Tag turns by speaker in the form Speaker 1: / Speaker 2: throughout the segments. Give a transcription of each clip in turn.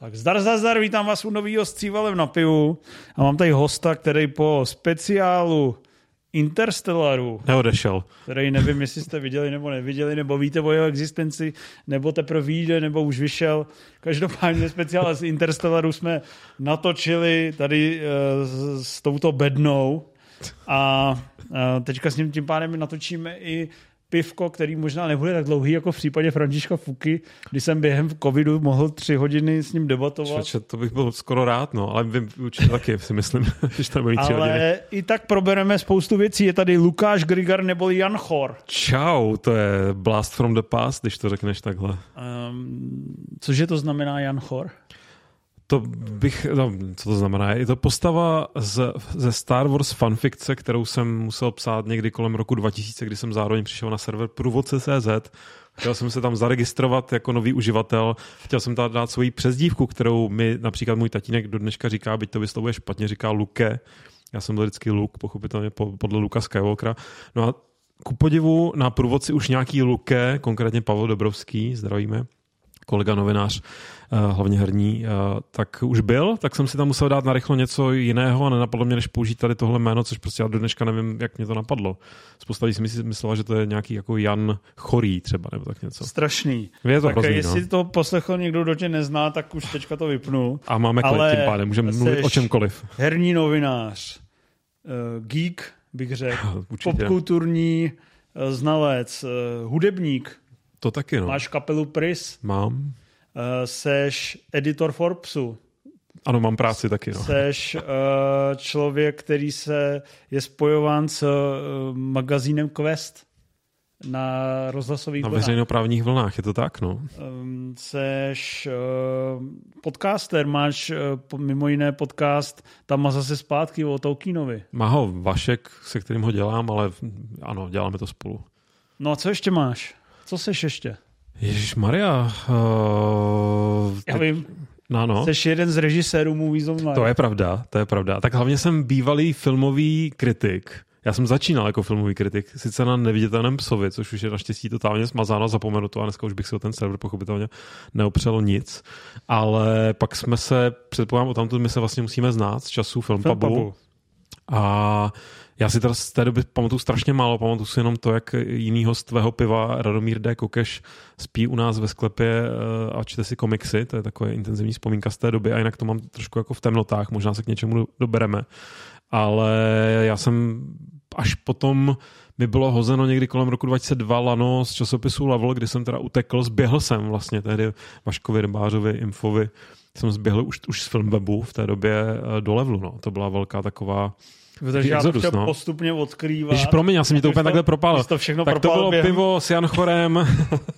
Speaker 1: Tak zdar, vítám vás u novýho Scívalem na pivu a mám tady hosta, který po speciálu Interstellaru
Speaker 2: neodešel.
Speaker 1: Který nevím, jestli jste viděli nebo neviděli, nebo víte o jeho existenci, nebo teprve vyjde, nebo už vyšel. Každopádně speciál z Interstellaru jsme natočili tady s touto bednou a teďka s ním tím pádem natočíme i pivko, který možná nebude tak dlouhý jako v případě Františka Fuky, kdy jsem během covidu mohl 3 hodiny s ním debatovat.
Speaker 2: Čoče, to bych byl skoro rád, no, ale vy určitě taky si myslím, že to bude 3 hodiny. Ale
Speaker 1: i tak probereme spoustu věcí. Je tady Lukáš Grigar neboli Jan Chor.
Speaker 2: Čau, to je Blast from the Past, když to řekneš takhle.
Speaker 1: Cože to znamená Jan Chor?
Speaker 2: Co to znamená? Je to postava ze Star Wars fanfikce, kterou jsem musel psát někdy kolem roku 2000, kdy jsem zároveň přišel na server průvodce.cz. Chtěl jsem se tam zaregistrovat jako nový uživatel. Chtěl jsem tam dát svoji přezdívku, kterou mi například můj tatínek do dneška říká, byť to vyslovuje špatně, říká Luke. Já jsem byl vždycky Luke, pochopitelně podle Luka Skywalkera. No a ku podivu na průvodci už nějaký Luke, konkrétně Pavel Dobrovský, zdravíme, kolega novinář, hlavně herní, tak už byl, tak jsem si tam musel dát narychlo něco jiného a nenapadlo mě, než použít tady tohle jméno, což prostě já do dneška nevím, jak mě to napadlo. Spousta lidí si myslela, že to je nějaký jako Jan Chorý třeba, nebo tak něco.
Speaker 1: Strašný.
Speaker 2: Je to
Speaker 1: tak
Speaker 2: hrozný,
Speaker 1: jestli to poslechl někdo, kdo tě nezná, tak už teďka to vypnu.
Speaker 2: A máme klid tím pádem, můžeme mluvit o čemkoliv.
Speaker 1: Herní novinář, geek, bych řekl, popkulturní znalec, hudebník.
Speaker 2: To taky, no.
Speaker 1: Máš kapelu Pris?
Speaker 2: Mám.
Speaker 1: Seš editor Forbesu.
Speaker 2: Ano, mám práci taky, no.
Speaker 1: Seš člověk, který je spojován s magazínem Quest na rozhlasových vlnách.
Speaker 2: Na veřejnoprávních vlnách, je to tak, no.
Speaker 1: Seš podcaster, máš mimo jiné podcast Tam a zase zpátky o Tolkienovi.
Speaker 2: Má ho Vašek, se kterým ho dělám, ale ano, děláme to spolu.
Speaker 1: No a co ještě máš? Co seš ještě?
Speaker 2: Ježišmarja.
Speaker 1: Já vím.
Speaker 2: No.
Speaker 1: Jsi jeden z režisérů Movies Online.
Speaker 2: To je pravda. Tak hlavně jsem bývalý filmový kritik. Já jsem začínal jako filmový kritik, sice na Neviditelném psovi, což už je naštěstí totálně smazáno, zapomenuto a dneska už bych si o ten server pochopitelně neopřel nic. Ale pak jsme se, předpokládám, o tamtud my se vlastně musíme znát z času Filmpabu. A já si teda z té doby pamatuju strašně málo, pamatuju si jenom to, jak jiný host tvého piva, Radomír D. Kokeš, spí u nás ve sklepě a čte si komiksy, to je takové intenzivní vzpomínka z té doby a jinak to mám trošku jako v temnotách, možná se k něčemu dobereme. Ale já jsem až potom mi bylo hozeno někdy kolem roku 2002 lano z časopisu Level, kdy jsem teda utekl, zběhl jsem vlastně tehdy Vaškovi Rybářovi, Infovi, jsem zběhl už z Filmwebu v té době do Levelu, no. To byla velká taková
Speaker 1: takže já to chtěl postupně odkrývat.
Speaker 2: Ježiš, promiň, já jsem mi to úplně takhle propálil. Tak to bylo pivo s Jan Chorem.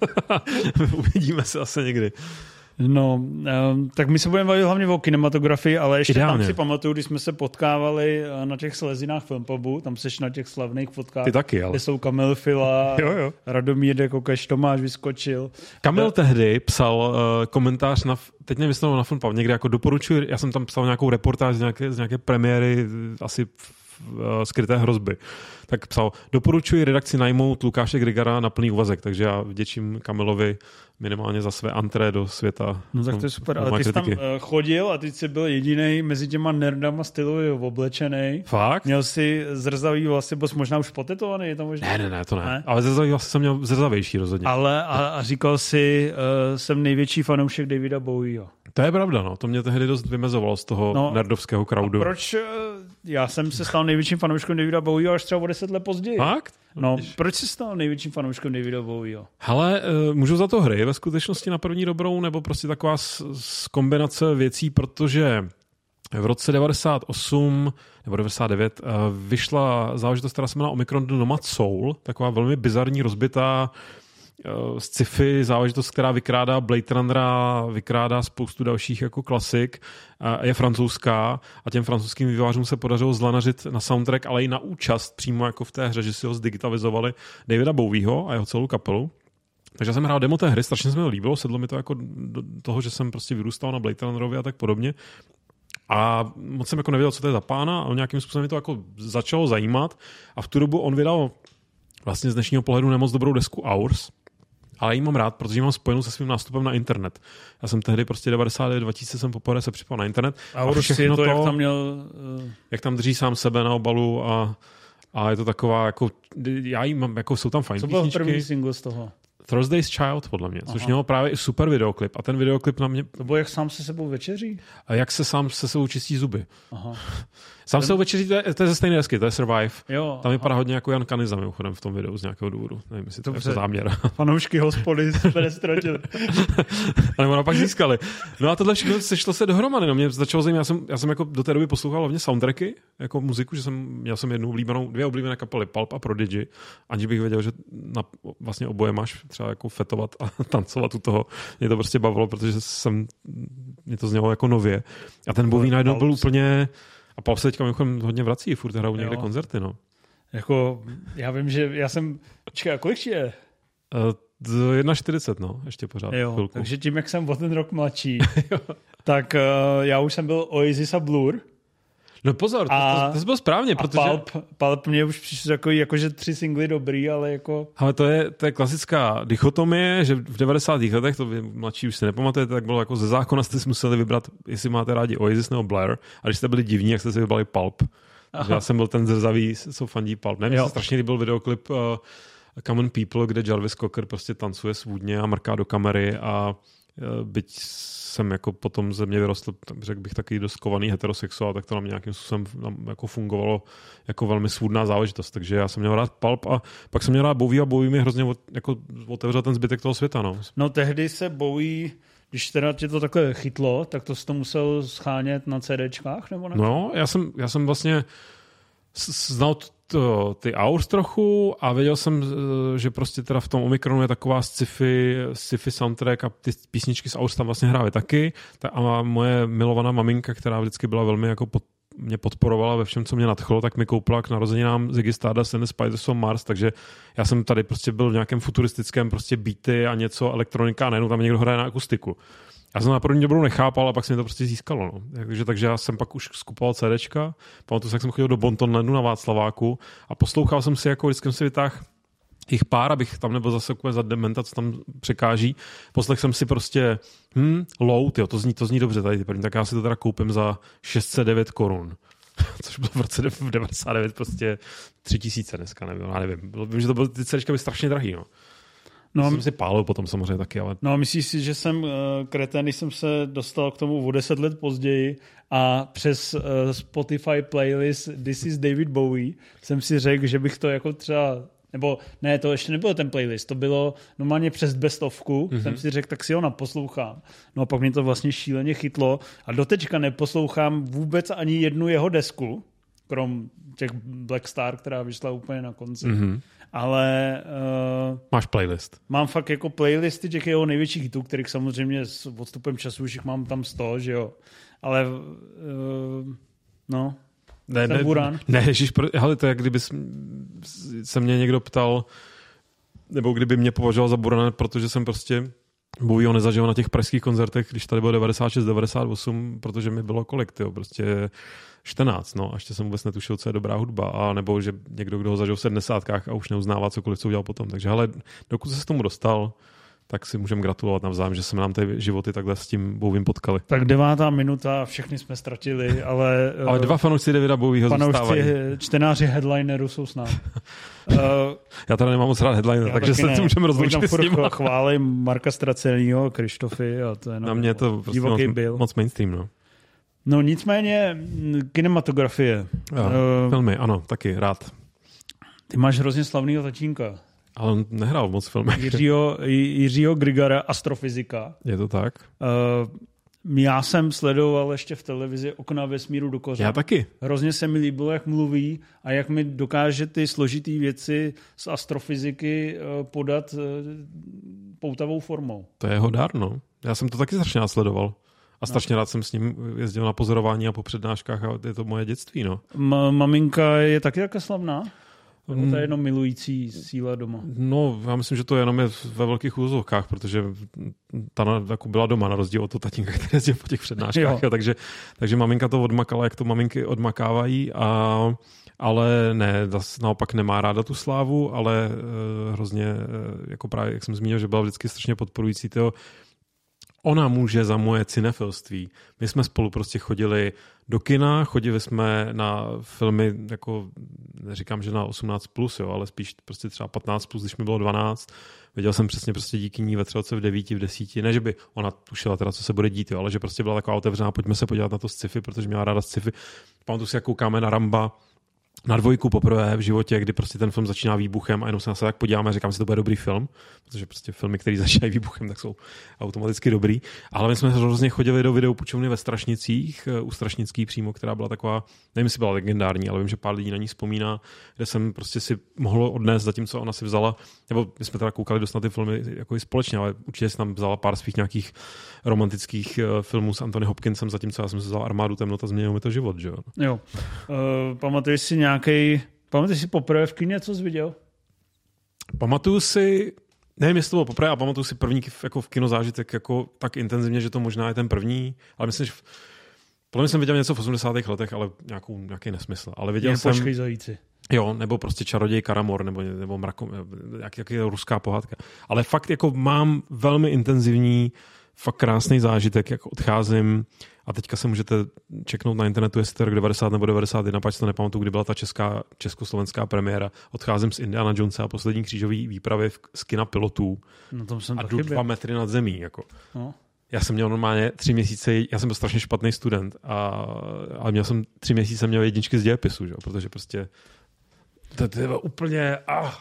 Speaker 2: Uvidíme se asi někdy.
Speaker 1: No, tak my se budeme bavit hlavně o kinematografii, ale ještě
Speaker 2: ideálně.
Speaker 1: Tam si pamatuju, když jsme se potkávali na těch slezinách Filmpabu, tam seš na těch slavných fotkách,
Speaker 2: ty taky, ale.
Speaker 1: Kde jsou Kamil Fila, jo. Radomír D. Kokeš, Tomáš Vyskočil.
Speaker 2: Kamil tehdy psal komentář teď nevím, jestli na Filmpub, někde jako doporučuji, já jsem tam psal nějakou reportáž z nějaké premiéry, asi Skryté hrozby. Tak psal, doporučuji redakci najmout Lukáše Grigara na plný úvazek, takže já vděčím Kamilovi minimálně za své antré do světa.
Speaker 1: No tak to je super, ale ty jsi tam chodil a ty jsi byl jedinej mezi těma nerdama stylově oblečenej.
Speaker 2: Fakt?
Speaker 1: Měl jsi zrzavý vlasy, byl jsi možná už potetovaný, je to možná?
Speaker 2: Ne, to ne. Ale zrzavý vlasy jsem měl zrzavější rozhodně.
Speaker 1: Ale a říkal si, jsem největší fanoušek Davida Bowieho.
Speaker 2: To je pravda, no. To mě tehdy dost vymezovalo z toho nerdovského crowdu.
Speaker 1: A proč? Já jsem se stal největším fanouškem Davida Bowieho až třeba o 10 let později.
Speaker 2: Fakt?
Speaker 1: No, proč jsi stal největším fanouškem Davida Bowieho?
Speaker 2: Hele, můžu za to hry ve skutečnosti na první dobrou, nebo prostě taková kombinace věcí, protože v roce 98 nebo 99 vyšla záležitost, která se jmenuje Omicron The Nomad Soul, taková velmi bizarní, rozbitá sci-fi záležitost, která vykrádá Blade Runnera, vykrádá spoustu dalších jako klasik, je francouzská a těm francouzským vývojářům se podařilo zlanařit na soundtrack, ale i na účast přímo jako v té hře, že si ho zdigitalizovali Davida Bowieho a jeho celou kapelu. Takže já jsem hrál demo té hry, strašně se mi to líbilo, sedlo mi to jako do toho, že jsem prostě vyrůstal na Blade Runnerovi a tak podobně. A moc jsem jako nevěděl, co to je za pána, ale nějakým způsobem mi to jako začalo zajímat a v tu dobu on vydal vlastně z dnešního pohledu nemoc dobrou desku Hours. Ale ji mám rád, protože ji mám spojenou se svým nástupem na internet. Já jsem tehdy prostě 99-2000 jsem poprvé se připal na internet.
Speaker 1: A už si to, jak tam měl...
Speaker 2: Jak tam drží sám sebe na obalu a je to taková, jako, já jí mám, jako jsou tam fajn písničky.
Speaker 1: Co byl první single z toho?
Speaker 2: Thursday's Child, podle mě, což mělo právě i super videoklip. A ten videoklip na mě...
Speaker 1: To bylo jak sám se sebou večeří?
Speaker 2: A jak se sám se sebou čistí zuby.
Speaker 1: Aha.
Speaker 2: Sám se sebou večeří, to je ze stejné desky, to je Survive.
Speaker 1: Jo,
Speaker 2: tam vypadá hodně jako Jan Kaniza mimochodem v tom videu z nějakého důvodu. Nevím, jestli to je jako záměr.
Speaker 1: Fanoušky hospody se neztratili.
Speaker 2: Ale ono pak získali. No a tohle všechno sešlo se dohromady. No, mě začalo zajímat, já jsem jako do té doby poslouchal hlavně soundtracky, jako muziku, že měl jsem dvě oblíbené kapely, Pulp a Prodigy, aniž bych věděl, že vlastně oboje máš třeba jako fetovat a tancovat u toho. Mě to prostě bavilo, protože mě to znělo jako nově. A ten Bowie najednou byl úplně... A Pulp se teďka hodně vrací, furt hrajou někde koncerty, no.
Speaker 1: Jako, já vím, že já jsem... Počkej, a kolik je?
Speaker 2: 1,40, no, ještě pořád.
Speaker 1: Jo,
Speaker 2: chvilku.
Speaker 1: Takže tím, jak jsem o ten rok mladší, tak já už jsem byl Oasis a Blur.
Speaker 2: No pozor, to byl správně, protože...
Speaker 1: Pulp mě už přišlo takový, jakože 3 singly dobrý, ale jako...
Speaker 2: Ale to je klasická dichotomie, že v 90. letech, to vy mladší už si nepamatujete, tak bylo jako ze zákona jste si museli vybrat, jestli máte rádi Oasis nebo Blur, a když jste byli divní, jak jste si vybrali Pulp. Já jsem byl ten zrzavý, co fandí Pulp. Mně se strašně líbil videoklip Common People, kde Jarvis Cocker prostě tancuje svůdně a mrká do kamery a byť jsem jako potom ze mě vyrostl, řekl bych taky dost kovaný heterosexuál, tak to na mě nějakým způsobem jako fungovalo jako velmi svůdná záležitost. Takže já jsem měl rád Pulp a pak jsem měl rád Bowie a Bowie mi hrozně jako otevřel ten zbytek toho světa. No
Speaker 1: tehdy se Bowie, když teda tě to takhle chytlo, tak to jsi to musel schánět na CDčkách? Nebo ne?
Speaker 2: No, já jsem vlastně znal ty Hours trochu a věděl jsem, že prostě teda v tom Omikronu je taková sci-fi soundtrack a ty písničky z Hours tam vlastně hrály taky. A moje milovaná maminka, která vždycky byla velmi jako mě podporovala ve všem, co mě nadchlo, tak mi koupila k narozeninám Ziggy Stardust and the Spiders on Mars, takže já jsem tady prostě byl v nějakém futuristickém prostě beaty a něco elektronika a najednou tam někdo hraje na akustiku. Já jsem na první dobu nechápal a pak se mi to prostě získalo. No. Takže já jsem pak už skupoval CDčka, pamatuju, jak jsem chodil do Bontonlandu na Václaváku a poslouchal jsem si, jako vždycky jsem si vytáhl jich pár, abych tam nebyl zase úplně za dementa, co tam překáží. Poslech jsem si prostě Loud, jo, to zní dobře tady, tak já si to teda koupím za 609 korun. Což bylo v roce 99 prostě 3000 dneska, nevím. Vím, že ty CDčka byly strašně drahý, no. No, jsem si pálil potom samozřejmě taky, ale...
Speaker 1: No a myslíš si, že jsem kretén, když jsem se dostal k tomu o 10 let později a přes Spotify playlist This is David Bowie jsem si řekl, že bych to jako třeba... Nebo ne, to ještě nebylo ten playlist, to bylo normálně přes bestovku, jsem si řekl, tak si ho naposlouchám. No a pak mě to vlastně šíleně chytlo a doteďka neposlouchám vůbec ani jednu jeho desku, krom těch Black Star, která vyšla úplně na konci. Ale...
Speaker 2: máš playlist.
Speaker 1: Mám fakt jako playlisty těch jeho největších hitů, kterých samozřejmě s odstupem času už jich mám tam 100, že jo. Ale no...
Speaker 2: Ne, ježiš, hele, to je, kdyby se mě někdo ptal, nebo kdyby mě považoval za burana, protože jsem prostě Bowieho nezažil na těch pražských koncertech, když tady bylo 96, 98, protože mi bylo kolik, tyjo, prostě 14, no, a ještě jsem vůbec netušil, co je dobrá hudba, a nebo že někdo, kdo ho zažil v 70 a už neuznává cokoliv, co udělal potom. Takže hele, dokud se s tomu dostal, tak si můžeme gratulovat navzájem, že se nám ty životy takhle s tím Bowiem potkali.
Speaker 1: Tak 9. minuta, všechny jsme ztratili, ale...
Speaker 2: ale dva fanoušci Davida Bowieho zůstávají.
Speaker 1: Čtenáři headlineru jsou s námi.
Speaker 2: Já teda nemám moc rád headliner, takže se tím můžeme rozloučit s ním.
Speaker 1: Chválím Marka Stracenýho, Krištofy a to je
Speaker 2: na mě to prostě moc mainstream, no.
Speaker 1: No nicméně kinematografie.
Speaker 2: Filmy, ano, taky rád.
Speaker 1: Ty máš hrozně slavnýho tatínka.
Speaker 2: Ale on nehrál moc filmech.
Speaker 1: Jiřího Grigara, astrofyzika.
Speaker 2: Je to tak?
Speaker 1: Já jsem sledoval ještě v televizi Okna vesmíru do kořán.
Speaker 2: Já taky.
Speaker 1: Hrozně se mi líbilo, jak mluví a jak mi dokáže ty složitý věci z astrofyziky podat poutavou formou.
Speaker 2: To je jeho dar, no. Já jsem to taky strašně následoval. A strašně rád jsem s ním jezdil na pozorování a po přednáškách a je to moje dětství, no.
Speaker 1: Maminka je taky také slavná? Nebo to je jenom milující síla doma?
Speaker 2: No, já myslím, že to jenom je ve velkých úzovkách, protože ta jako byla doma, na rozdíl od toho tatínka, který jezdil po těch přednáškách. Jo, takže maminka to odmakala, jak to maminky odmakávají, ale ne, naopak nemá ráda tu slávu, ale hrozně, jako právě, jak jsem zmínil, že byla vždycky strašně podporující toho. Ona může za moje cinefilství. My jsme spolu prostě chodili do kina, chodili jsme na filmy, jako neříkám, že na 18+, jo, ale spíš prostě třeba 15+, když mi bylo 12. Viděl jsem přesně prostě díky ní ve třelce v 9, v 10. Ne, že by ona tušila teda, co se bude dít, jo, ale že prostě byla taková otevřená, pojďme se podívat na to sci-fi, protože měla ráda sci-fi. Pamatuju si, jak koukáme na Ramba, na 2 poprvé v životě, kdy prostě ten film začíná výbuchem a jenom se na sebe tak podíváme a říkám si, to bude dobrý film, protože prostě filmy, které začínají výbuchem, tak jsou automaticky dobrý. Ale my jsme hrozně chodili do videopůjčovny ve Strašnicích, u Strašnický přímo, která byla taková, nevím, jestli byla legendární, ale vím, že pár lidí na ní vzpomíná, kde jsem prostě si mohl odnést, zatímco ona si vzala, nebo my jsme teda koukali dost na ty filmy jako i společně, ale určitě si tam vzala pár svých nějakých romantických filmů s Anthony Hopkinsem, zatímco já jsem si vzal Armádu temnota, změnil mi to život, že jo.
Speaker 1: Jo. Pamatuješ si pamatuješ si poprvé v kině, co jsi viděl?
Speaker 2: Pamatuju si, nevím, jestli to bylo poprvé, a pamatuju si první jako v kinozážitek jako tak intenzivně, že to možná je ten první, ale myslím, že podle mě jsem viděl něco v 80. letech, ale nějaký nesmysl. Ale viděl jsem...
Speaker 1: Počkej zajíci.
Speaker 2: Jo, nebo prostě Čaroděj Karamor, nebo jak je ruská pohádka. Ale fakt jako mám velmi intenzivní, fakt krásný zážitek, jak odcházím. A teďka se můžete čeknout na internetu, jestli to je rok 90 nebo 91, pač to nepamatuju, kdy byla ta československá premiéra. Odcházím z Indiana Jonesa a poslední křížový výpravy z kina pilotů.
Speaker 1: No, tom jsem
Speaker 2: a jdu 2 metry nad zemí. Jako.
Speaker 1: No.
Speaker 2: Já jsem měl normálně 3 měsíce, já jsem byl strašně špatný student, ale měl jsem 3 měsíce měl jedničky z dějepisu, že? Protože prostě to je úplně...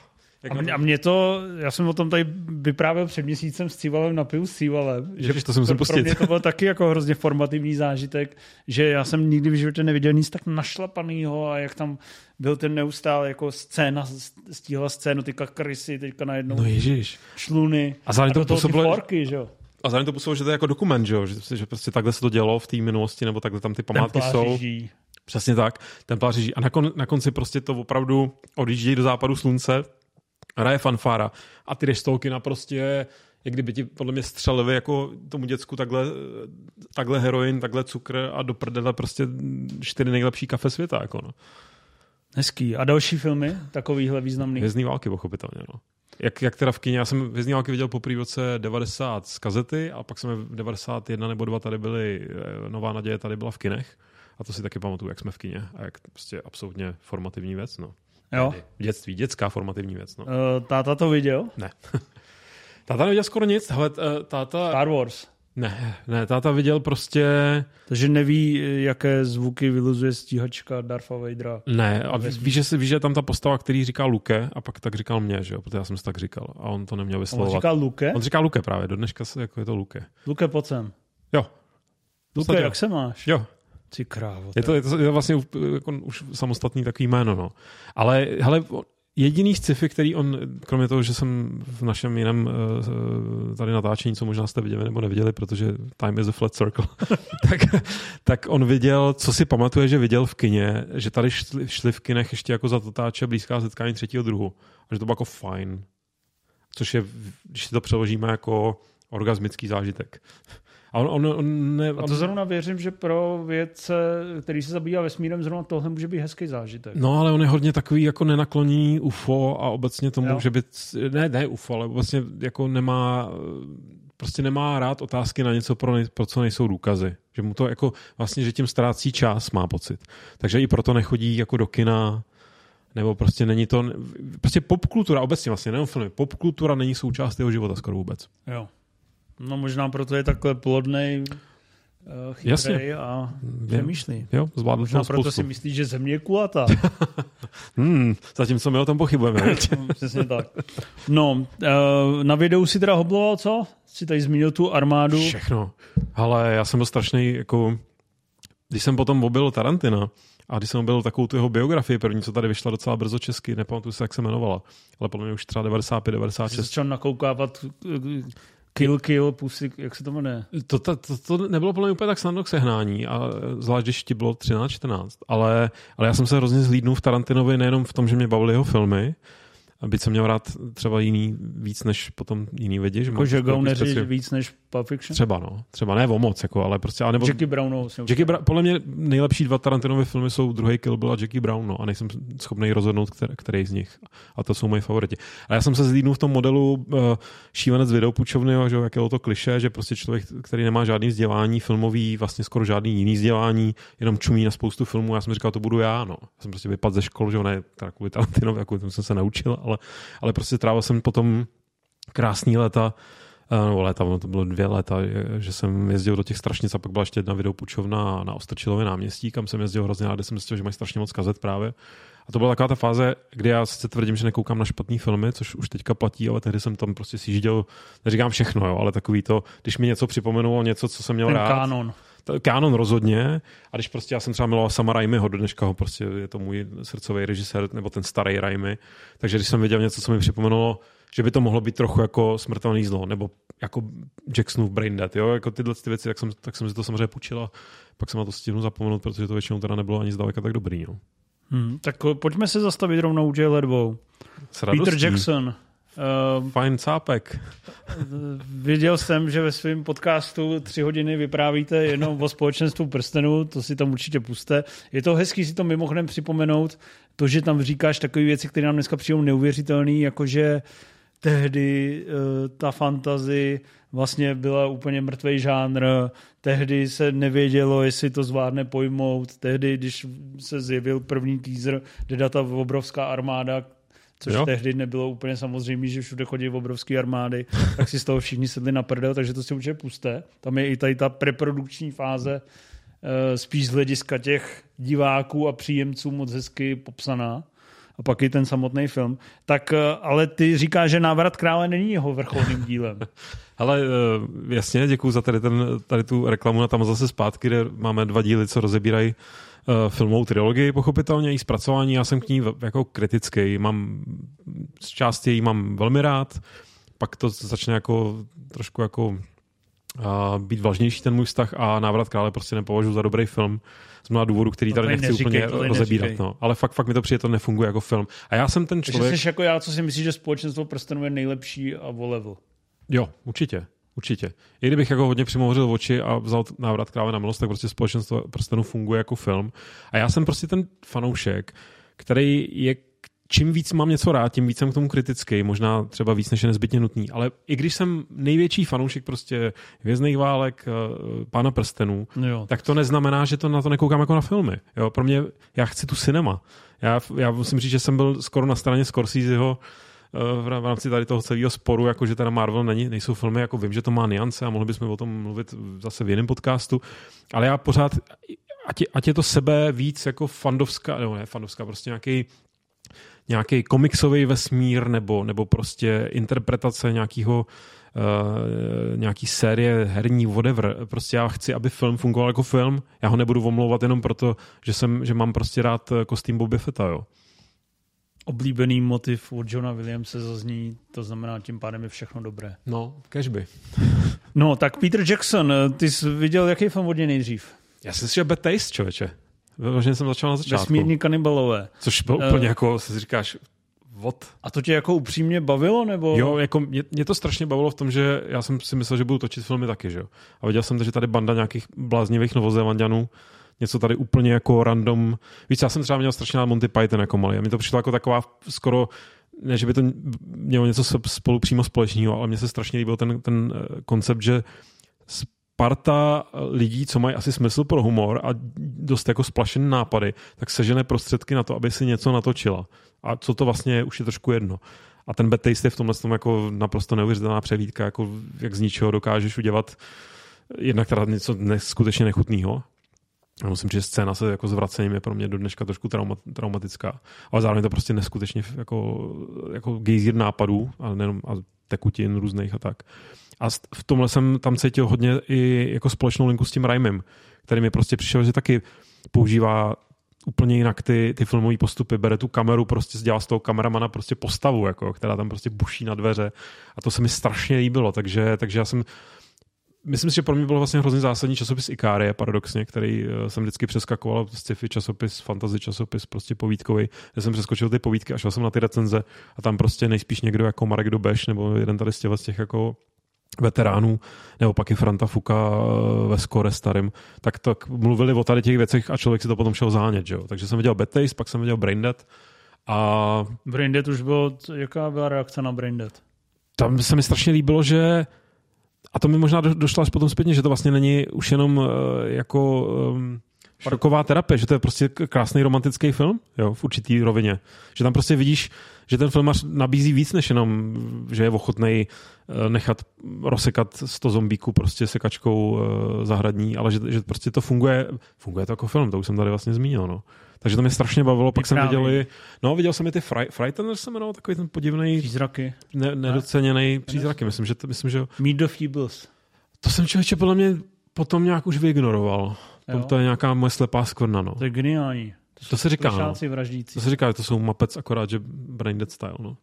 Speaker 1: A mě to, já jsem o tom tady vyprávěl před měsícem s Cívalem na pivu s Cívalem.
Speaker 2: Že to jsem musel pustit.
Speaker 1: Pro mě to byl taky jako hrozně formativní zážitek, že já jsem nikdy v životě neviděl nic tak našlapanýho a jak tam byl ten neustále jako scéna, stíhla scénu, teďka krysy, teďka najednou čluny
Speaker 2: a do toho ty
Speaker 1: forky, že jo.
Speaker 2: A zároveň to působilo, že to je jako dokument, že prostě takhle se to dělo v té minulosti, nebo takhle tam ty památky jsou. Přesně tak, Templáři žijí. A na konci prostě to opravdu odjíždějí do západu slunce, hraje fanfára a ty jdeš z toho kina prostě, jak kdyby ti podle mě střelili jako tomu děcku takhle heroin, takhle cukr a do prdele prostě 4 nejlepší kafe světa. Jako no.
Speaker 1: Hezký. A další filmy takovýhle významný?
Speaker 2: Hvězdný války, pochopitelně. No. Jak teda v kině, já jsem Hvězdný války viděl poprvé v roce 90 z kazety a pak jsme v 91 nebo 2 tady byli, Nová naděje tady byla v kinech a to si taky pamatuju, jak jsme v kině a jak prostě absolutně formativní věc, no.
Speaker 1: Jo.
Speaker 2: V dětství, dětská formativní věc. No.
Speaker 1: Táta to viděl?
Speaker 2: Ne. Táta neviděl skoro nic. Hele, táta...
Speaker 1: Star Wars.
Speaker 2: Ne, táta viděl prostě...
Speaker 1: Takže neví, jaké zvuky vyluzuje stíhačka Dartha Vadera.
Speaker 2: Ne, a víš, že je tam ta postava, který říká Luke, a pak tak říkal mě, že jo, protože já jsem si tak říkal. A on to neměl vyslovovat.
Speaker 1: On říká Luke?
Speaker 2: On říká Luke právě, do dneška jako je to Luke.
Speaker 1: Luke, pojď sem.
Speaker 2: Jo.
Speaker 1: Luke, jak se máš?
Speaker 2: Jo.
Speaker 1: Ty krávo.
Speaker 2: Je to vlastně jako už samostatný takový jméno, no. Ale hele, jediný sci-fi, který on, kromě toho, že jsem v našem jiném tady natáčení, co možná jste viděli nebo neviděli, protože time is a flat circle, tak on viděl, co si pamatuje, že viděl v kině, že tady šli v kinech ještě jako za totáče Blízká setkání 3. druhu. A že to bylo jako fajn. Což je, když si to přeložíme jako orgasmický zážitek. A
Speaker 1: to zrovna věřím, že pro vědce, který se zabývá vesmírem, zrovna tohle může být hezký zážitek.
Speaker 2: No, ale on je hodně takový jako nenakloní UFO a obecně to může být, ne UFO, ale obecně jako nemá rád otázky na něco, pro co nejsou důkazy. Že mu to jako vlastně, že tím ztrácí čas, má pocit. Takže i proto nechodí jako do kina, nebo prostě není to, prostě popkultura, obecně vlastně, nejenom filmy, popkultura není součást jeho života skoro vůbec.
Speaker 1: Jo. No možná proto je takhle plodnej, chytrej a přemýšlí.
Speaker 2: Jo, zvládl
Speaker 1: možná proto si myslí, že Země je kulatá.
Speaker 2: Zatímco my o tom pochybujeme.
Speaker 1: Přesně tak. No, na videu si teda hobloval, co? Si tady zmínil tu armádu.
Speaker 2: Všechno. Ale já jsem byl strašný, jako, když jsem potom objevil Tarantina a když jsem objevil takovou tu jeho biografii, první, co tady vyšla docela brzo česky, nepamatuji se, jak se jmenovala, ale podle mě už třeba 95, 96.
Speaker 1: Jsi začal nakoukávat Kill, Pussy, jak se to jmenuje?
Speaker 2: To nebylo podle mě úplně tak snadno k sehnání, a zvlášť, když ti bylo 13-14, ale já jsem se hrozně zhlídnul v Tarantinovi nejenom v tom, že mě bavily jeho filmy, byť jsem měl rád třeba jiný víc než potom jiný lidi.
Speaker 1: Že Gauneři víc než Pulp Fiction?
Speaker 2: Třeba ne o moc, jako, ale prostě... Nebo,
Speaker 1: Jackie Brownu.
Speaker 2: Podle mě nejlepší 2 Tarantinovy filmy jsou druhý Kill Bill a Jackie Brown, no, a nejsem schopný rozhodnout, který z nich. A to jsou moji favoriti. A já jsem se zhlídnul v tom modelu šílenec videopůjčovny, že jak je to klišé, že prostě člověk, který nemá žádný vzdělání filmový, vlastně skoro žádný jiný vzdělání, jenom čumí na spoustu filmů. Já jsem říkal, to budu já, no. Já jsem prostě vypadl ze škol, že ne kvůli Tarantinovi, jako jsem se naučil, ale prostě trávil jsem potom krásný léta, to bylo 2 léta, že jsem jezdil do těch Strašnic a pak byla ještě jedna videopůjčovna na Ostrčilově náměstí, kam jsem jezdil hrozně rád, kde jsem zjistil, že mají strašně moc kazet právě. A to byla taková ta fáze, kdy já sice tvrdím, že nekoukám na špatný filmy, což už teďka platí, ale tehdy jsem tam prostě sjížděl, neříkám všechno, jo, ale takový to, když mi něco připomenulo, něco, co jsem měl rád.
Speaker 1: Kánon.
Speaker 2: Kánon rozhodně. A když prostě já jsem třeba miloval Sama Raimiho, do dneška ho prostě je to můj srdcový režisér, nebo ten starý Raimi. Takže když jsem viděl něco, co mi připomenulo, že by to mohlo být trochu jako Smrtelný zlo, nebo jako Jacksonův Brain Dead, jo, jako tyhle ty věci, tak jsem si to samozřejmě půjčil a pak jsem na to stihnu zapomenout, protože to většinou teda nebylo ani zdaleka tak dobrý, no.
Speaker 1: Tak pojďme se zastavit rovnou u těchto 2. Peter Jackson.
Speaker 2: Fajn cápek.
Speaker 1: Viděl jsem, že ve svém podcastu 3 hodiny vyprávíte jenom o Společenstvu prstenů, to si tam určitě puste. Je to hezký si to mimochodem připomenout, to, že tam říkáš takové věci, které nám dneska přijdou neuvěřitelné, jakože tehdy ta fantasy vlastně byla úplně mrtvej žánr, tehdy se nevědělo, jestli to zvládne pojmout, tehdy, když se zjevil první teaser, kde data obrovská armáda, což tehdy nebylo úplně samozřejmé, že všude chodí obrovské armády, tak si z toho všichni sedli na prdel, takže to si určitě puste. Tam je i tady ta preprodukční fáze spíš z hlediska těch diváků a příjemců moc hezky popsaná. A pak i ten samotný film. Tak, ale ty říkáš, že Návrat krále není jeho vrcholným dílem.
Speaker 2: Ale jasně, děkuju za tady tu reklamu na Tam zase zpátky, kde máme 2 díly, co rozebírají filmovou trilogii, pochopitelně i zpracování. Já jsem k ní jako kritický. Z části ji mám velmi rád, pak to začne jako trošku jako být vlažnější ten můj vztah a Návrat krále prostě nepovažuji za dobrý film. Z mnoha důvodů, který tady nechci úplně rozebírat. No. Ale fakt mi to přijde, to nefunguje jako film. A já jsem ten člověk... Takže
Speaker 1: jsi jako já, co si myslíš, že Společenstvo prstenů je nejlepší a o level.
Speaker 2: Jo, určitě. I kdybych jako hodně přimouřil oči a vzal Návrat krále na milost, tak prostě Společenstvo prstenů funguje jako film. A já jsem prostě ten fanoušek, který je čím víc mám něco rád, tím víc jsem k tomu kritický, možná třeba víc, než je nezbytně nutný, ale i když jsem největší fanoušek prostě Hvězdných válek, Pána prstenů, tak to neznamená, že na to nekoukám jako na filmy. Jo, pro mě, já chci tu cinema. Já musím říct, že jsem byl skoro na straně Scorseseho v rámci tady toho celého sporu, jako že teda Marvel nejsou filmy, jako vím, že to má niance a mohli bychom o tom mluvit zase v jiném podcastu, ale já pořád, ať je to sebe víc jako fandovská, nebo ne fandovská, prostě nějaký komiksový vesmír nebo prostě interpretace nějaký série herní, whatever. Prostě já chci, aby film fungoval jako film. Já ho nebudu omlouvat jenom proto, že mám prostě rád kostým Boba Fetta, jo.
Speaker 1: Oblíbený motiv od Johna Williamse zazní, to znamená, tím pádem je všechno dobré.
Speaker 2: No, cashby.
Speaker 1: No, tak Peter Jackson, ty jsi viděl, jaký film od něj nejdřív?
Speaker 2: Já jsem slyšel Bad Taste, člověče. Vážně jsem začal na začátku.
Speaker 1: Vesmírní kanibalové.
Speaker 2: Což bylo úplně jako, si říkáš, what?
Speaker 1: A to tě jako upřímně bavilo, nebo?
Speaker 2: Jo, jako mě to strašně bavilo v tom, že já jsem si myslel, že budu točit filmy taky, že jo. A viděl jsem, že tady banda nějakých bláznivých Novozélanďanů, něco tady úplně jako random. Víc, já jsem třeba měl strašně rád Monty Python jako malý. A mi to přišlo jako taková skoro, ne, že by to mělo něco spolu přímo společného, ale mně se strašně líbil ten koncept, že parta lidí, co mají asi smysl pro humor a dost jako splašené nápady, tak sežene prostředky na to, aby si něco natočila. A co to vlastně je, už je trošku jedno. A ten Bad Taste je v tomhle tom jako naprosto neuvěřitelná převídka, jako jak z ničeho dokážeš udělat jednak teda něco neskutečně nechutného. A musím říct, že scéna se jako zvracením je pro mě do dneška trošku traumatická. Ale zároveň to prostě neskutečně jako gejzír nápadů, ale nejenom a tekutin různých a tak. A v tomhle jsem tam cítil hodně i jako společnou linku s tím Raimim, který mi prostě přišel, že taky používá úplně jinak ty filmové postupy. Bere tu kameru, prostě dělá z toho kameramana prostě postavu, jako, která tam prostě buší na dveře. A to se mi strašně líbilo, takže já myslím si, že pro mě byl vlastně hrozně zásadní časopis Ikárie, paradoxně, který jsem vždycky přeskakoval, sci-fi časopis, fantasy časopis, prostě povídkový, kde jsem přeskočil ty povídky a šel jsem na ty recenze a tam prostě nejspíš někdo jako Marek Dobeš nebo jeden tady z těch jako veteránů, nebo pak i Franta Fuka ve Skore starým, tak mluvili o tady těch věcech a člověk si to potom šel zánět, že jo. Takže jsem viděl Bad Taste, pak jsem viděl Braindead a...
Speaker 1: Braindead už bylo, jaká byla reakce na Braindead?
Speaker 2: Tam se mi strašně líbilo, že a to mi možná došlo až potom zpětně, že to vlastně není už jenom jako šoková terapie, že to je prostě krásný romantický film, jo, v určitý rovině. Že tam prostě vidíš, že ten filmař nabízí víc, než jenom, že je ochotnej nechat rozsekat 100 zombíků prostě sekačkou zahradní, ale že prostě to funguje to jako film, to už jsem tady vlastně zmínil, no. Takže to mě strašně bavilo, pak jsem viděl jsem i ty Frighteners se jmenoval, takový ten podivný
Speaker 1: přízraky.
Speaker 2: Nedoceněný přízraky, myslím, že
Speaker 1: Meet the Feebles.
Speaker 2: To jsem člověče podle mě potom nějak už vyignoroval. To je nějaká moje slepá skvrna, no.
Speaker 1: To je geniální.
Speaker 2: To se říká, no.
Speaker 1: Vraždící.
Speaker 2: To se říká, že to jsou Muppets, akorát, že Braindead style, no.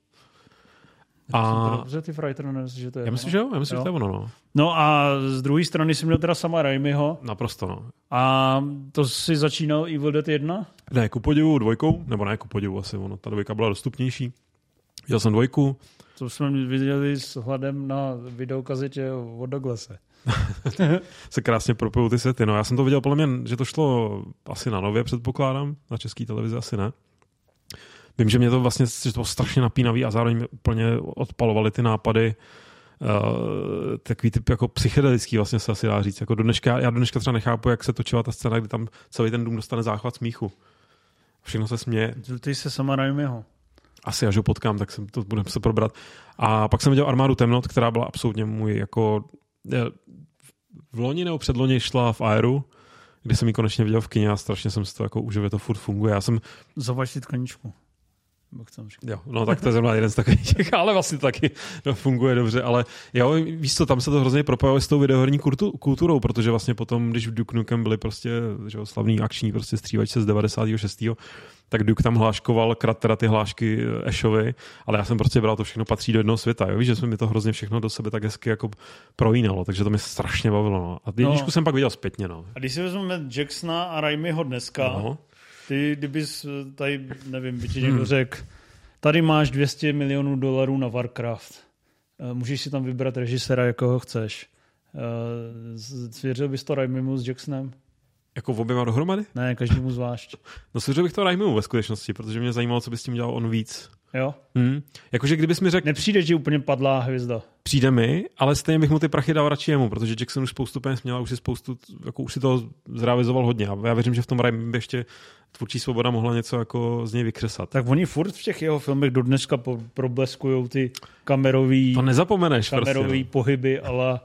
Speaker 1: Dobře ty Frighteners, že to je.
Speaker 2: Já myslím, že to je ono, no.
Speaker 1: No a z druhé strany jsem měl teda sama Raimiho.
Speaker 2: Naprosto, no.
Speaker 1: A to si začínal Evil Dead 1?
Speaker 2: Ne, ku podivu 2, nebo ne ku podivu asi, ono. Ta 2 byla dostupnější. Viděl jsem 2.
Speaker 1: To jsme viděli s hledem na videokazitě od Douglase.
Speaker 2: Se krásně propojou ty světy. No, já jsem to viděl, podle mě, že to šlo asi na Nově, předpokládám, na české televizi asi ne. Vím, že mě to vlastně, že to bylo strašně napínavý a zároveň mě úplně odpalovaly ty nápady takový typ jako psychedelický vlastně se asi dá říct. Jako já do dneška třeba nechápu, jak se točila ta scéna, kdy tam celý ten dům dostane záchvat smíchu. Všechno se směje.
Speaker 1: Ty se sama Raimiho.
Speaker 2: Asi až ho potkám, tak to budeme se probrat. A pak jsem viděl Armádu temnot, která byla absolutně můj jako... V loni nebo předloni šla v Aeru, kde jsem ji konečně viděl v kině a strašně jsem si to jako užil, to furt funguje.
Speaker 1: Zavaž si tkaničku.
Speaker 2: Jo, no tak to je zrovna jeden z takových těch, ale vlastně taky funguje dobře, ale jo, víš co, tam se to hrozně propojilo s tou videoherní kulturou, protože vlastně potom, když v Duke Nukem byly prostě že jo, slavný akční prostě střívačce z 96. tak Duke tam hláškoval teda ty hlášky Ashovi, ale já jsem prostě bral, to všechno patří do jednoho světa, jo, víš, že jsme mi to hrozně všechno do sebe tak hezky jako projínalo, takže to mě strašně bavilo, no. A jedničku jsem pak viděl zpětně, no.
Speaker 1: A když si vezmeme Jacksona a Raimiho dneska,
Speaker 2: no.
Speaker 1: Ty, kdybys tady, nevím, by ti někdo řekl, tady máš $200 milionů na Warcraft. Můžeš si tam vybrat režiséra, jakého chceš. Svěřil bys to Raimimu s Jacksonem?
Speaker 2: Jako v oběma dohromady?
Speaker 1: Ne, každému zvlášť.
Speaker 2: No svěřil bych to Raimimu ve skutečnosti, protože mě zajímalo, co by s tím dělal on víc.
Speaker 1: Jo?
Speaker 2: Jakože kdybys mi řekl...
Speaker 1: Nepřijde ti úplně padlá hvězda?
Speaker 2: Přijde mi, ale stejně bych mu ty prachy dal radši jemu, protože Jackson už spoustu peněz měl a už si toho zrealizoval hodně. A já věřím, že v tom Raimi by ještě tvůrčí svoboda mohla něco jako z něj vykřesat.
Speaker 1: Tak oni furt v těch jeho filmech do dneška probleskujou ty kamerový...
Speaker 2: To nezapomeneš
Speaker 1: kamerový
Speaker 2: prostě,
Speaker 1: pohyby, ale